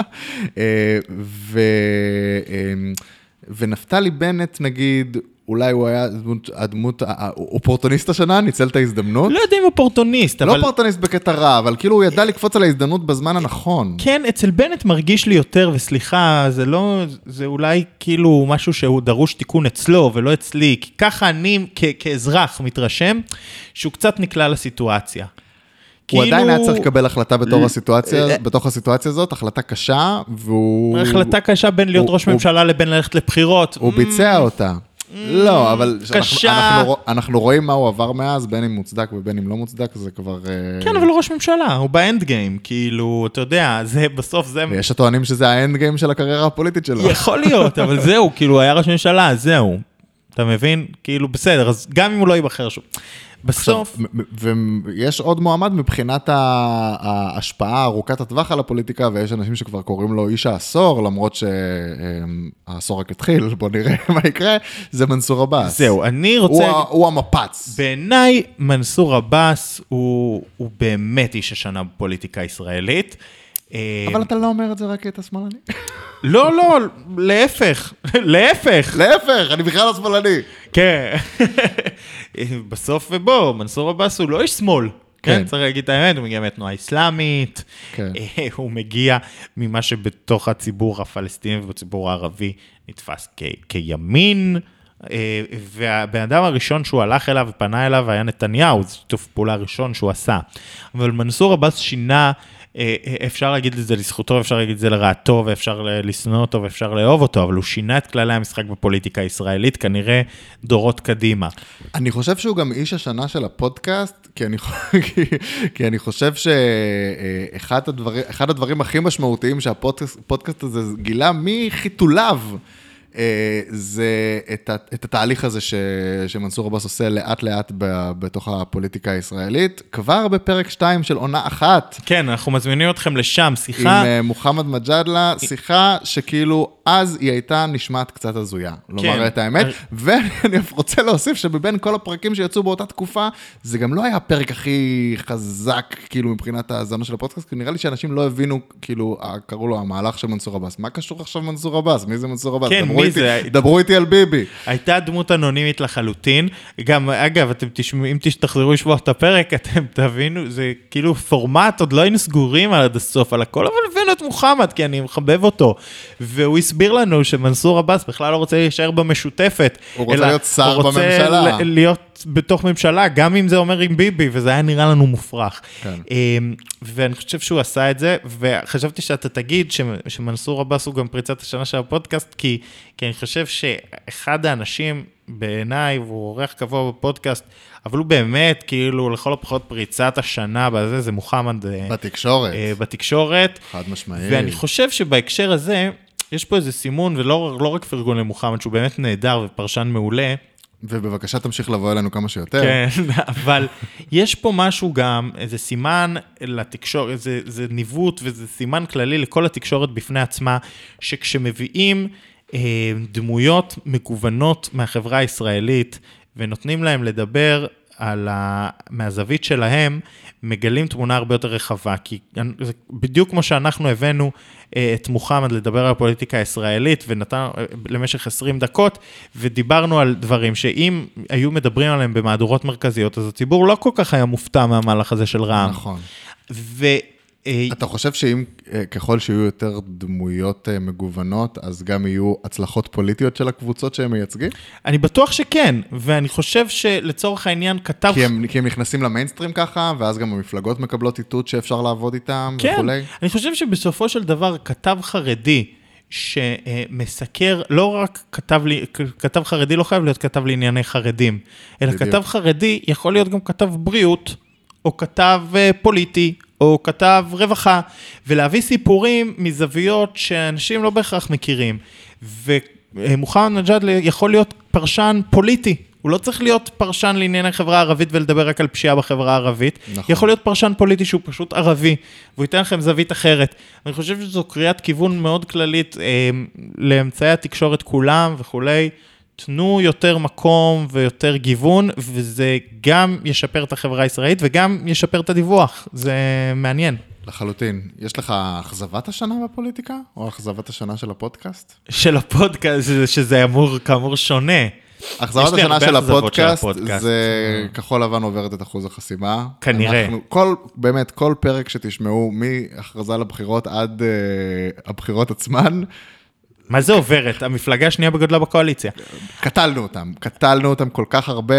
ונפתלי בנט נגיד, אולי הוא היה הדמות, האופורטוניסט השנה, ניצל את ההזדמנות. לא יודע אם אופורטוניסט, אבל... לא אופורטוניסט בקטע רע, אבל כאילו הוא ידע לקפוץ על ההזדמנות בזמן הנכון. כן, אצל בנט מרגיש לי יותר, וסליחה, זה לא, זה אולי כאילו משהו שהוא דרוש תיקון אצלו, ולא אצלי, כי ככה אני כאזרח מתרשם, שהוא קצת נקלע לסיטואציה. הוא עדיין היה צריך לקבל החלטה בתוך הסיטואציה, בתוך הסיטואציה הזאת, החלטה קשה, והוא... החלטה קשה בין להיות ראש ממשלה לבין ללכת לבחירות. הוא ביצע אותה. לא, אבל אנחנו רואים מה הוא עבר מאז, בין אם מוצדק ובין אם לא מוצדק, זה כבר... כן, אבל הוא ראש ממשלה, הוא באנד גיים, כאילו, אתה יודע, זה בסוף זה... ויש הטוענים שזה האנד גיים של הקריירה הפוליטית שלו. יכול להיות, אבל זהו, כאילו, היה ראש ממשלה, זהו. אתה מבין? כאילו, בסדר, אז גם אם הוא לא ייבחר שוב. בסוף... ויש עוד מועמד מבחינת ההשפעה ארוכת הטווח על הפוליטיקה, ויש אנשים שכבר קוראים לו איש העשור, למרות שהעשור רק התחיל, בוא נראה מה יקרה, זה מנסור עבאס. זהו, אני רוצה... הוא המפץ. בעיניי, מנסור עבאס הוא באמת איש השנה בפוליטיקה הישראלית. אבל אתה לא אומר את זה רק כי אתה שמאלני. לא, לא, להפך, להפך. להפך, אני בכלל לא שמאלני. כן. בסוף ובוא, מנסור עבאס הוא לא איש שמאל. כן, צריך להגיד את האמת, הוא מגיע מהתנועה האסלאמית, הוא מגיע ממה שבתוך הציבור הפלסטיני ובציבור הערבי נתפס כימין, והבן אדם הראשון שהוא הלך אליו ופנה אליו היה נתניהו, זה שיתוף פעולה הראשון שהוא עשה. אבל מנסור עבאס שינה, אפשר להגיד את זה לזכותו, אפשר להגיד את זה לרעתו, ואפשר לשנוא אותו, ואפשר לאהוב אותו, אבל הוא שינה את כללי המשחק בפוליטיקה הישראלית, כנראה דורות קדימה. אני חושב שהוא גם איש השנה של הפודקאסט, כי אני, כי אני חושב שאחד הדברים, אחד הדברים הכי משמעותיים שהפודקאסט הזה גילה מחיתוליו, זה את, את התהליך הזה ש, שמנסור עבאס עושה לאט לאט ב, בתוך הפוליטיקה הישראלית, כבר בפרק שתיים של עונה אחת. כן, אנחנו מזמינים אתכם לשם, שיחה. עם מוחמד מג'אדלה, שיחה שכאילו אז היא הייתה נשמעת קצת הזויה, לומר כן. את האמת, ואני רוצה להוסיף שבבין כל הפרקים שיצאו באותה תקופה, זה גם לא היה הפרק הכי חזק, כאילו מבחינת ההאזנה של הפודקאסט, כי נראה לי שאנשים לא הבינו, כאילו, קראו לו המהלך של מנסור עבאס. מה קשור עכשיו מנסור עבאס? מי זה מנסור עבאס? כן, דברו איתי, דברו איתי על ביבי. הייתה דמות אנונימית לחלוטין, גם, אגב, אתם תשמעו, אם תחזרו לשמוע את הפרק, אתם תבינו, זה כאילו פורמט, עוד לא היינו סגורים עד הסוף על הכל, אבל הבאנו את מוחמד, כי אני מחבב אותו, והוא הסביר לנו שמנסור עבאס בכלל לא רוצה להישאר במשותפת, הוא רוצה להיות שר בממשלה. הוא רוצה להיות בתוך ממשלה, גם אם זה אומר עם ביבי, וזה היה נראה לנו מופרך. כן. ואני חושב שהוא עשה את זה, וחשבתי שאתה תגיד שמנסור עבאס הוא גם פריצת השנה של הפודקאסט, כי, כי אני חושב שאחד האנשים בעיניי, והוא עורך קבוע בפודקאסט, אבל הוא באמת, כאילו, לכל הפחות פריצת השנה בזה, זה מוחמד... בתקשורת. בתקשורת. חד משמעי. ואני חושב שבהקשר הזה, יש פה איזה סימון, ולא לא רק פרגון למוחמד, שהוא באמת נהדר ופרשן מעולה. ובבקשה תמשיך לבוא אלינו כמה שיותר. כן, אבל יש פה משהו גם, איזה סימן לתקשורת, איזה, איזה ניווט וזה סימן כללי לכל התקשורת בפני עצמה, שכשמביאים אה, דמויות מגוונות מהחברה הישראלית, ונותנים להם לדבר על ה... מהזווית שלהם, מגלים תמונה הרבה יותר רחבה, כי זה בדיוק כמו שאנחנו הבאנו את מוחמד לדבר על הפוליטיקה הישראלית, ונתן למשך עשרים דקות, ודיברנו על דברים שאם היו מדברים עליהם במהדורות מרכזיות, אז הציבור לא כל כך היה מופתע מהמהלך הזה של רע"מ. נכון. ו... אתה חושב שאם ככל שיהיו יותר דמויות מגוונות, אז גם יהיו הצלחות פוליטיות של הקבוצות שהם מייצגים? אני בטוח שכן, ואני חושב שלצורך העניין כתב... כי הם, כי הם נכנסים למיינסטרים ככה, ואז גם המפלגות מקבלות איתות שאפשר לעבוד איתם כן, וכולי? כן, אני חושב שבסופו של דבר כתב חרדי, שמסקר, לא רק כתב, כתב חרדי לא חייב להיות כתב לענייני חרדים, אלא בדיוק. כתב חרדי יכול להיות גם כתב בריאות, או כתב פוליטי, או כתב רווחה, ולהביא סיפורים מזוויות שאנשים לא בהכרח מכירים. ומוחמד מג'אדלה יכול להיות פרשן פוליטי, הוא לא צריך להיות פרשן לענייני חברה הערבית ולדבר רק על פשיעה בחברה הערבית, נכון. יכול להיות פרשן פוליטי שהוא פשוט ערבי, והוא ייתן לכם זווית אחרת. אני חושב שזו קריאת כיוון מאוד כללית אה, לאמצעי התקשורת כולם וכולי, תנו יותר מקום ויותר גיוון, וזה גם ישפר את החברה הישראלית, וגם ישפר את הדיווח. זה מעניין. לחלוטין. יש לך אכזבת השנה בפוליטיקה? או אכזבת השנה של הפודקאסט? של הפודקאסט, שזה אמור, כאמור שונה. אכזבת השנה של הפודקאסט, זה כחול לבן עוברת את אחוז החסימה. כנראה. כל, באמת, כל פרק שתשמעו, מהכרזה לבחירות עד הבחירות עצמן, מה זה עוברת? המפלגה השנייה בגודלה בקואליציה. קטלנו אותם, קטלנו אותם כל כך הרבה,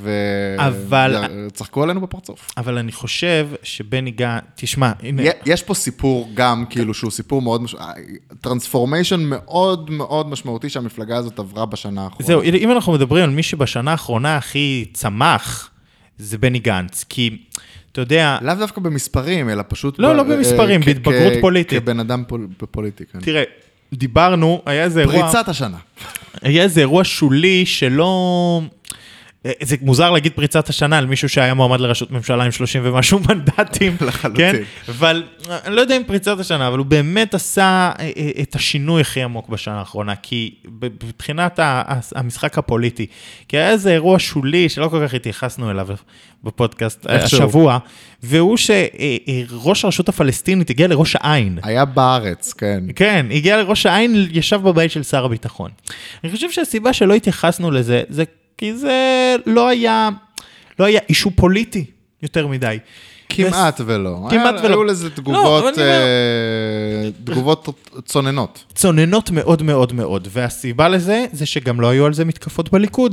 וצחקו עלינו בפרצוף. אבל אני חושב שבני גנץ, תשמע, הנה. יש פה סיפור גם, כאילו, שהוא סיפור מאוד, טרנספורמיישן מאוד מאוד משמעותי שהמפלגה הזאת עברה בשנה האחרונה. זהו, אם אנחנו מדברים על מי שבשנה האחרונה הכי צמח, זה בני גנץ, כי... אתה יודע... לאו דווקא במספרים, אלא פשוט... לא, לא במספרים, בהתבגרות פוליטית. כבן אדם בפוליטי. תראה, דיברנו, היה איזה אירוע... פריצת השנה. היה איזה אירוע שולי שלא... זה מוזר להגיד פריצת השנה על מישהו שהיה מועמד לראשות ממשלה עם שלושים ומשהו מנדטים, כן? אבל אני לא יודע אם פריצת השנה, אבל הוא באמת עשה את השינוי הכי עמוק בשנה האחרונה, כי מבחינת המשחק הפוליטי, כי היה איזה אירוע שולי שלא כל כך התייחסנו אליו בפודקאסט השבוע, והוא שראש הרשות הפלסטינית הגיע לראש העין. היה בארץ, כן. כן, הגיע לראש העין, ישב בבית של שר הביטחון. אני חושב שהסיבה שלא התייחסנו לזה, זה כי זה לא היה, לא היה אישו פוליטי יותר מדי. כמעט ולא. כמעט ולא. היו לזה תגובות, תגובות צוננות. צוננות מאוד מאוד מאוד, והסיבה לזה זה שגם לא היו על זה מתקפות בליכוד.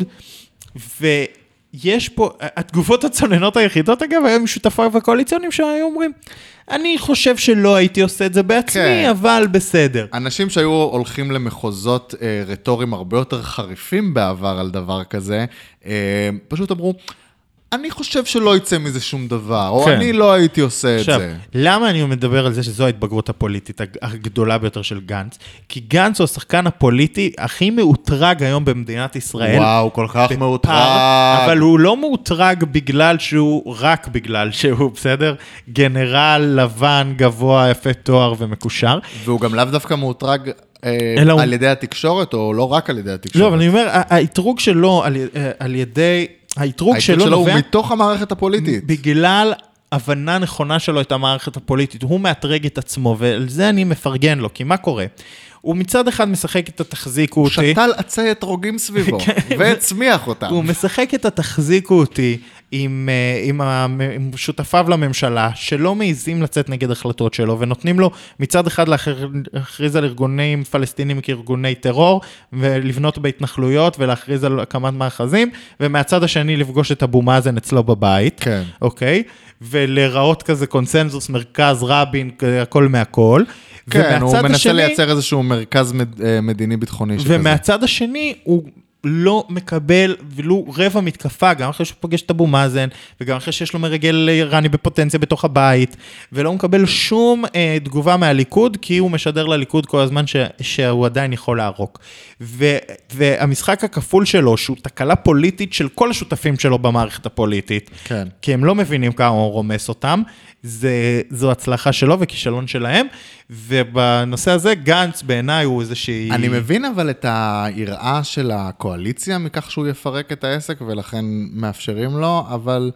ויש פה, התגובות הצוננות היחידות אגב, היו משותפיו והקואליציונים שהיו אומרים, אני חושב שלא הייתי עושה את זה בעצמי, כן. אבל בסדר. אנשים שהיו הולכים למחוזות אה, רטוריים הרבה יותר חריפים בעבר על דבר כזה, אה, פשוט אמרו, אני חושב שלא יצא מזה שום דבר, או כן. אני לא הייתי עושה עכשיו, את זה. למה אני מדבר על זה שזו ההתבגרות הפוליטית הגדולה ביותר של גנץ? כי גנץ הוא השחקן הפוליטי הכי מאותרג היום במדינת ישראל. וואו, כל כך בפר, מאותרג. אבל הוא לא מאותרג בגלל שהוא, רק בגלל שהוא, בסדר? גנרל, לבן, גבוה, יפה תואר ומקושר. והוא גם לאו דווקא מאותרג אה, על ידי התקשורת, או לא רק על ידי התקשורת. לא, אבל אני אומר, ההתרוג שלו על, על ידי... ההתרוג שלו נובע... הוא מתוך המערכת הפוליטית. בגלל הבנה נכונה שלו את המערכת הפוליטית. הוא מאתרג את עצמו, ועל זה אני מפרגן לו, כי מה קורה? הוא מצד אחד משחק את התחזיקו אותי. הוא שתל עצי אתרוגים סביבו, והצמיח אותם. הוא משחק את התחזיקו אותי עם, עם, עם שותפיו לממשלה, שלא מעיזים לצאת נגד החלטות שלו, ונותנים לו מצד אחד להכריז על ארגונים פלסטינים כארגוני טרור, ולבנות בהתנחלויות, ולהכריז על הקמת מאחזים, ומהצד השני לפגוש את אבו מאזן אצלו בבית. כן. אוקיי? ולהיראות כזה קונסנזוס, מרכז, רבין, הכל מהכל. כן, הוא מנסה השני, לייצר איזשהו מרכז מדיני ביטחוני. ומהצד השני הוא לא מקבל ולו רבע מתקפה, גם אחרי שהוא פוגש את אבו מאזן, וגם אחרי שיש לו מרגל איראני בפוטנציה בתוך הבית, ולא מקבל שום אה, תגובה מהליכוד, כי הוא משדר לליכוד כל הזמן ש, שהוא עדיין יכול לערוק. ו, והמשחק הכפול שלו, שהוא תקלה פוליטית של כל השותפים שלו במערכת הפוליטית, כן. כי הם לא מבינים כמה הוא רומס אותם, זה, זו הצלחה שלו וכישלון שלהם, ובנושא הזה גנץ בעיניי הוא איזושהי... אני מבין אבל את היראה של הקואליציה מכך שהוא יפרק את העסק, ולכן מאפשרים לו, אבל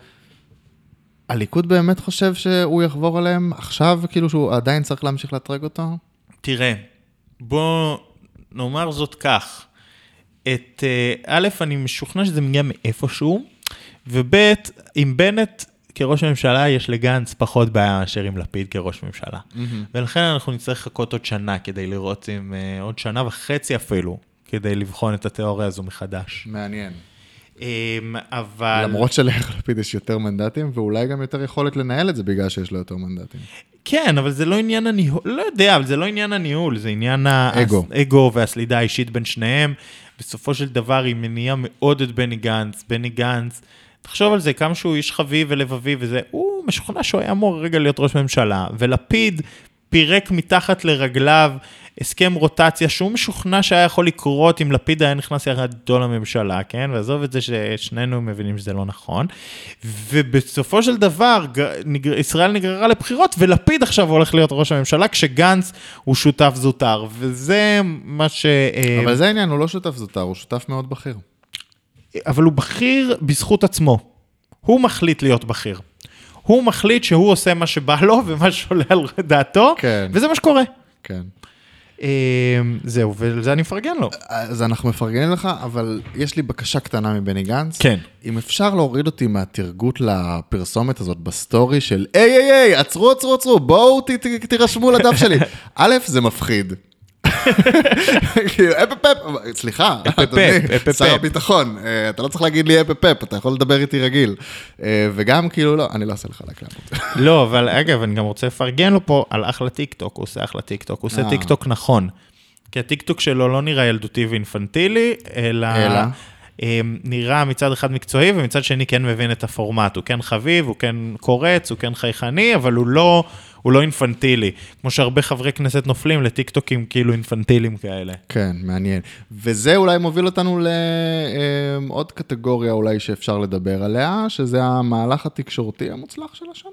הליכוד באמת חושב שהוא יחבור עליהם עכשיו, כאילו שהוא עדיין צריך להמשיך להטרג אותו? תראה, בוא נאמר זאת כך, את א', אני משוכנע שזה מגיע מאיפשהו, וב', עם בנט כראש ממשלה יש לגנץ פחות בעיה מאשר עם לפיד כראש ממשלה. Mm-hmm. ולכן אנחנו נצטרך לחכות עוד שנה כדי לראות עם, uh, עוד שנה וחצי אפילו, כדי לבחון את התיאוריה הזו מחדש. מעניין. Um, אבל... למרות שללפיד יש יותר מנדטים, ואולי גם יותר יכולת לנהל את זה בגלל שיש לו יותר מנדטים. כן, אבל זה לא עניין הניהול, לא יודע, אבל זה לא עניין הניהול, זה עניין האגו. האגו והסלידה האישית בין שניהם. בסופו של דבר היא מניעה מאוד את בני גנץ, בני גנץ, תחשוב על זה, כמה שהוא איש חביב ולבבי וזה, הוא משוכנע שהוא היה אמור רגע להיות ראש ממשלה, ולפיד פירק מתחת לרגליו הסכם רוטציה, שהוא משוכנע שהיה יכול לקרות אם לפיד היה נכנס יחד איתו לממשלה, כן? ועזוב את זה ששנינו מבינים שזה לא נכון. ובסופו של דבר, ישראל נגררה לבחירות, ולפיד עכשיו הולך להיות ראש הממשלה, כשגנץ הוא שותף זוטר, וזה מה ש... אבל זה העניין, הוא לא שותף זוטר, הוא שותף מאוד בכיר. אבל הוא בכיר בזכות עצמו. הוא מחליט להיות בכיר. הוא מחליט שהוא עושה מה שבא לו, ומה שעולה על דעתו, כן. וזה מה שקורה. כן. זהו, ולזה אני מפרגן לו. אז אנחנו מפרגנים לך, אבל יש לי בקשה קטנה מבני גנץ. כן. אם אפשר להוריד אותי מהתרגות לפרסומת הזאת בסטורי של, היי, היי, היי, עצרו, עצרו, עצרו, בואו תירשמו לדף שלי. א', זה מפחיד. אפפפ, סליחה, שר הביטחון, אתה לא צריך להגיד לי אפפפ, אתה יכול לדבר איתי רגיל. וגם כאילו לא, אני לא אעשה לך להקלמות. לא, אבל אגב, אני גם רוצה לפרגן לו פה על אחלה טיקטוק, הוא עושה אחלה טיקטוק, הוא עושה טיקטוק נכון. כי הטיקטוק שלו לא נראה ילדותי ואינפנטילי, אלא נראה מצד אחד מקצועי, ומצד שני כן מבין את הפורמט. הוא כן חביב, הוא כן קורץ, הוא כן חייכני, אבל הוא לא, הוא לא אינפנטילי. כמו שהרבה חברי כנסת נופלים לטיקטוקים כאילו אינפנטילים כאלה. כן, מעניין. וזה אולי מוביל אותנו לעוד קטגוריה אולי שאפשר לדבר עליה, שזה המהלך התקשורתי המוצלח של השנה.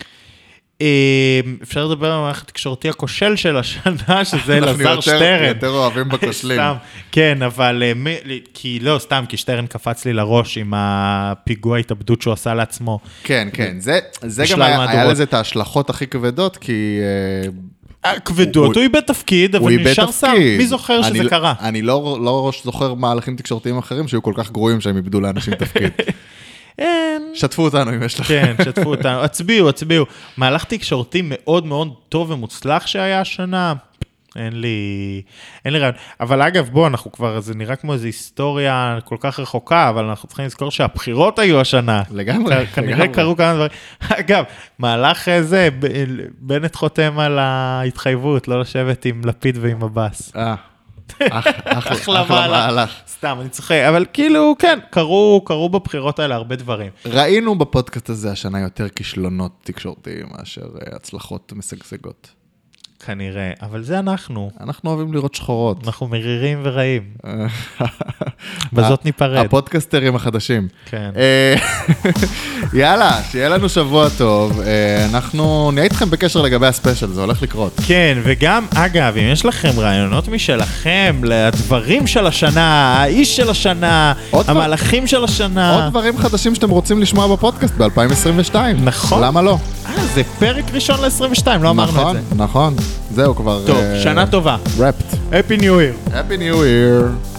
אפשר לדבר על המערכת התקשורתי הכושל של השנה, שזה אלעזר שטרן. אנחנו יותר אוהבים בכושלים. כן, אבל, כי לא, סתם, כי שטרן קפץ לי לראש עם הפיגוע התאבדות שהוא עשה לעצמו. כן, כן, זה גם היה לזה את ההשלכות הכי כבדות, כי... כבדות, הוא איבד תפקיד, אבל נשאר שר. מי זוכר שזה קרה? אני לא זוכר מהלכים תקשורתיים אחרים שהיו כל כך גרועים שהם איבדו לאנשים תפקיד. שתפו אותנו אם יש לך. כן, שתפו אותנו. הצביעו, הצביעו. מהלך תקשורתי מאוד מאוד טוב ומוצלח שהיה השנה. אין לי, אין לי רעיון. אבל אגב, בוא, אנחנו כבר, זה נראה כמו איזו היסטוריה כל כך רחוקה, אבל אנחנו צריכים לזכור שהבחירות היו השנה. לגמרי, לגמרי. כנראה קרו כמה דברים. אגב, מהלך זה, בנט חותם על ההתחייבות, לא לשבת עם לפיד ועם עבאס. אה. אחלה מהלך. סתם, אני צוחק, אבל כאילו, כן, קרו, קרו בבחירות האלה הרבה דברים. ראינו בפודקאסט הזה השנה יותר כישלונות תקשורתיים מאשר הצלחות משגשגות. כנראה, אבל זה אנחנו. אנחנו אוהבים לראות שחורות. אנחנו מרירים ורעים. בזאת ניפרד. הפודקאסטרים החדשים. כן. יאללה, שיהיה לנו שבוע טוב. אנחנו נהיה איתכם בקשר לגבי הספיישל, זה הולך לקרות. כן, וגם, אגב, אם יש לכם רעיונות משלכם, לדברים של השנה, האיש של השנה, המהלכים של השנה. עוד דברים חדשים שאתם רוצים לשמוע בפודקאסט ב-אלפיים עשרים ושתיים. נכון. למה לא? אה, זה פרק ראשון ל-עשרים ושתיים, לא אמרנו את זה. נכון, נכון. זהו כבר... טוב, שנה טובה. Wrapped. Happy New Year. Happy New Year.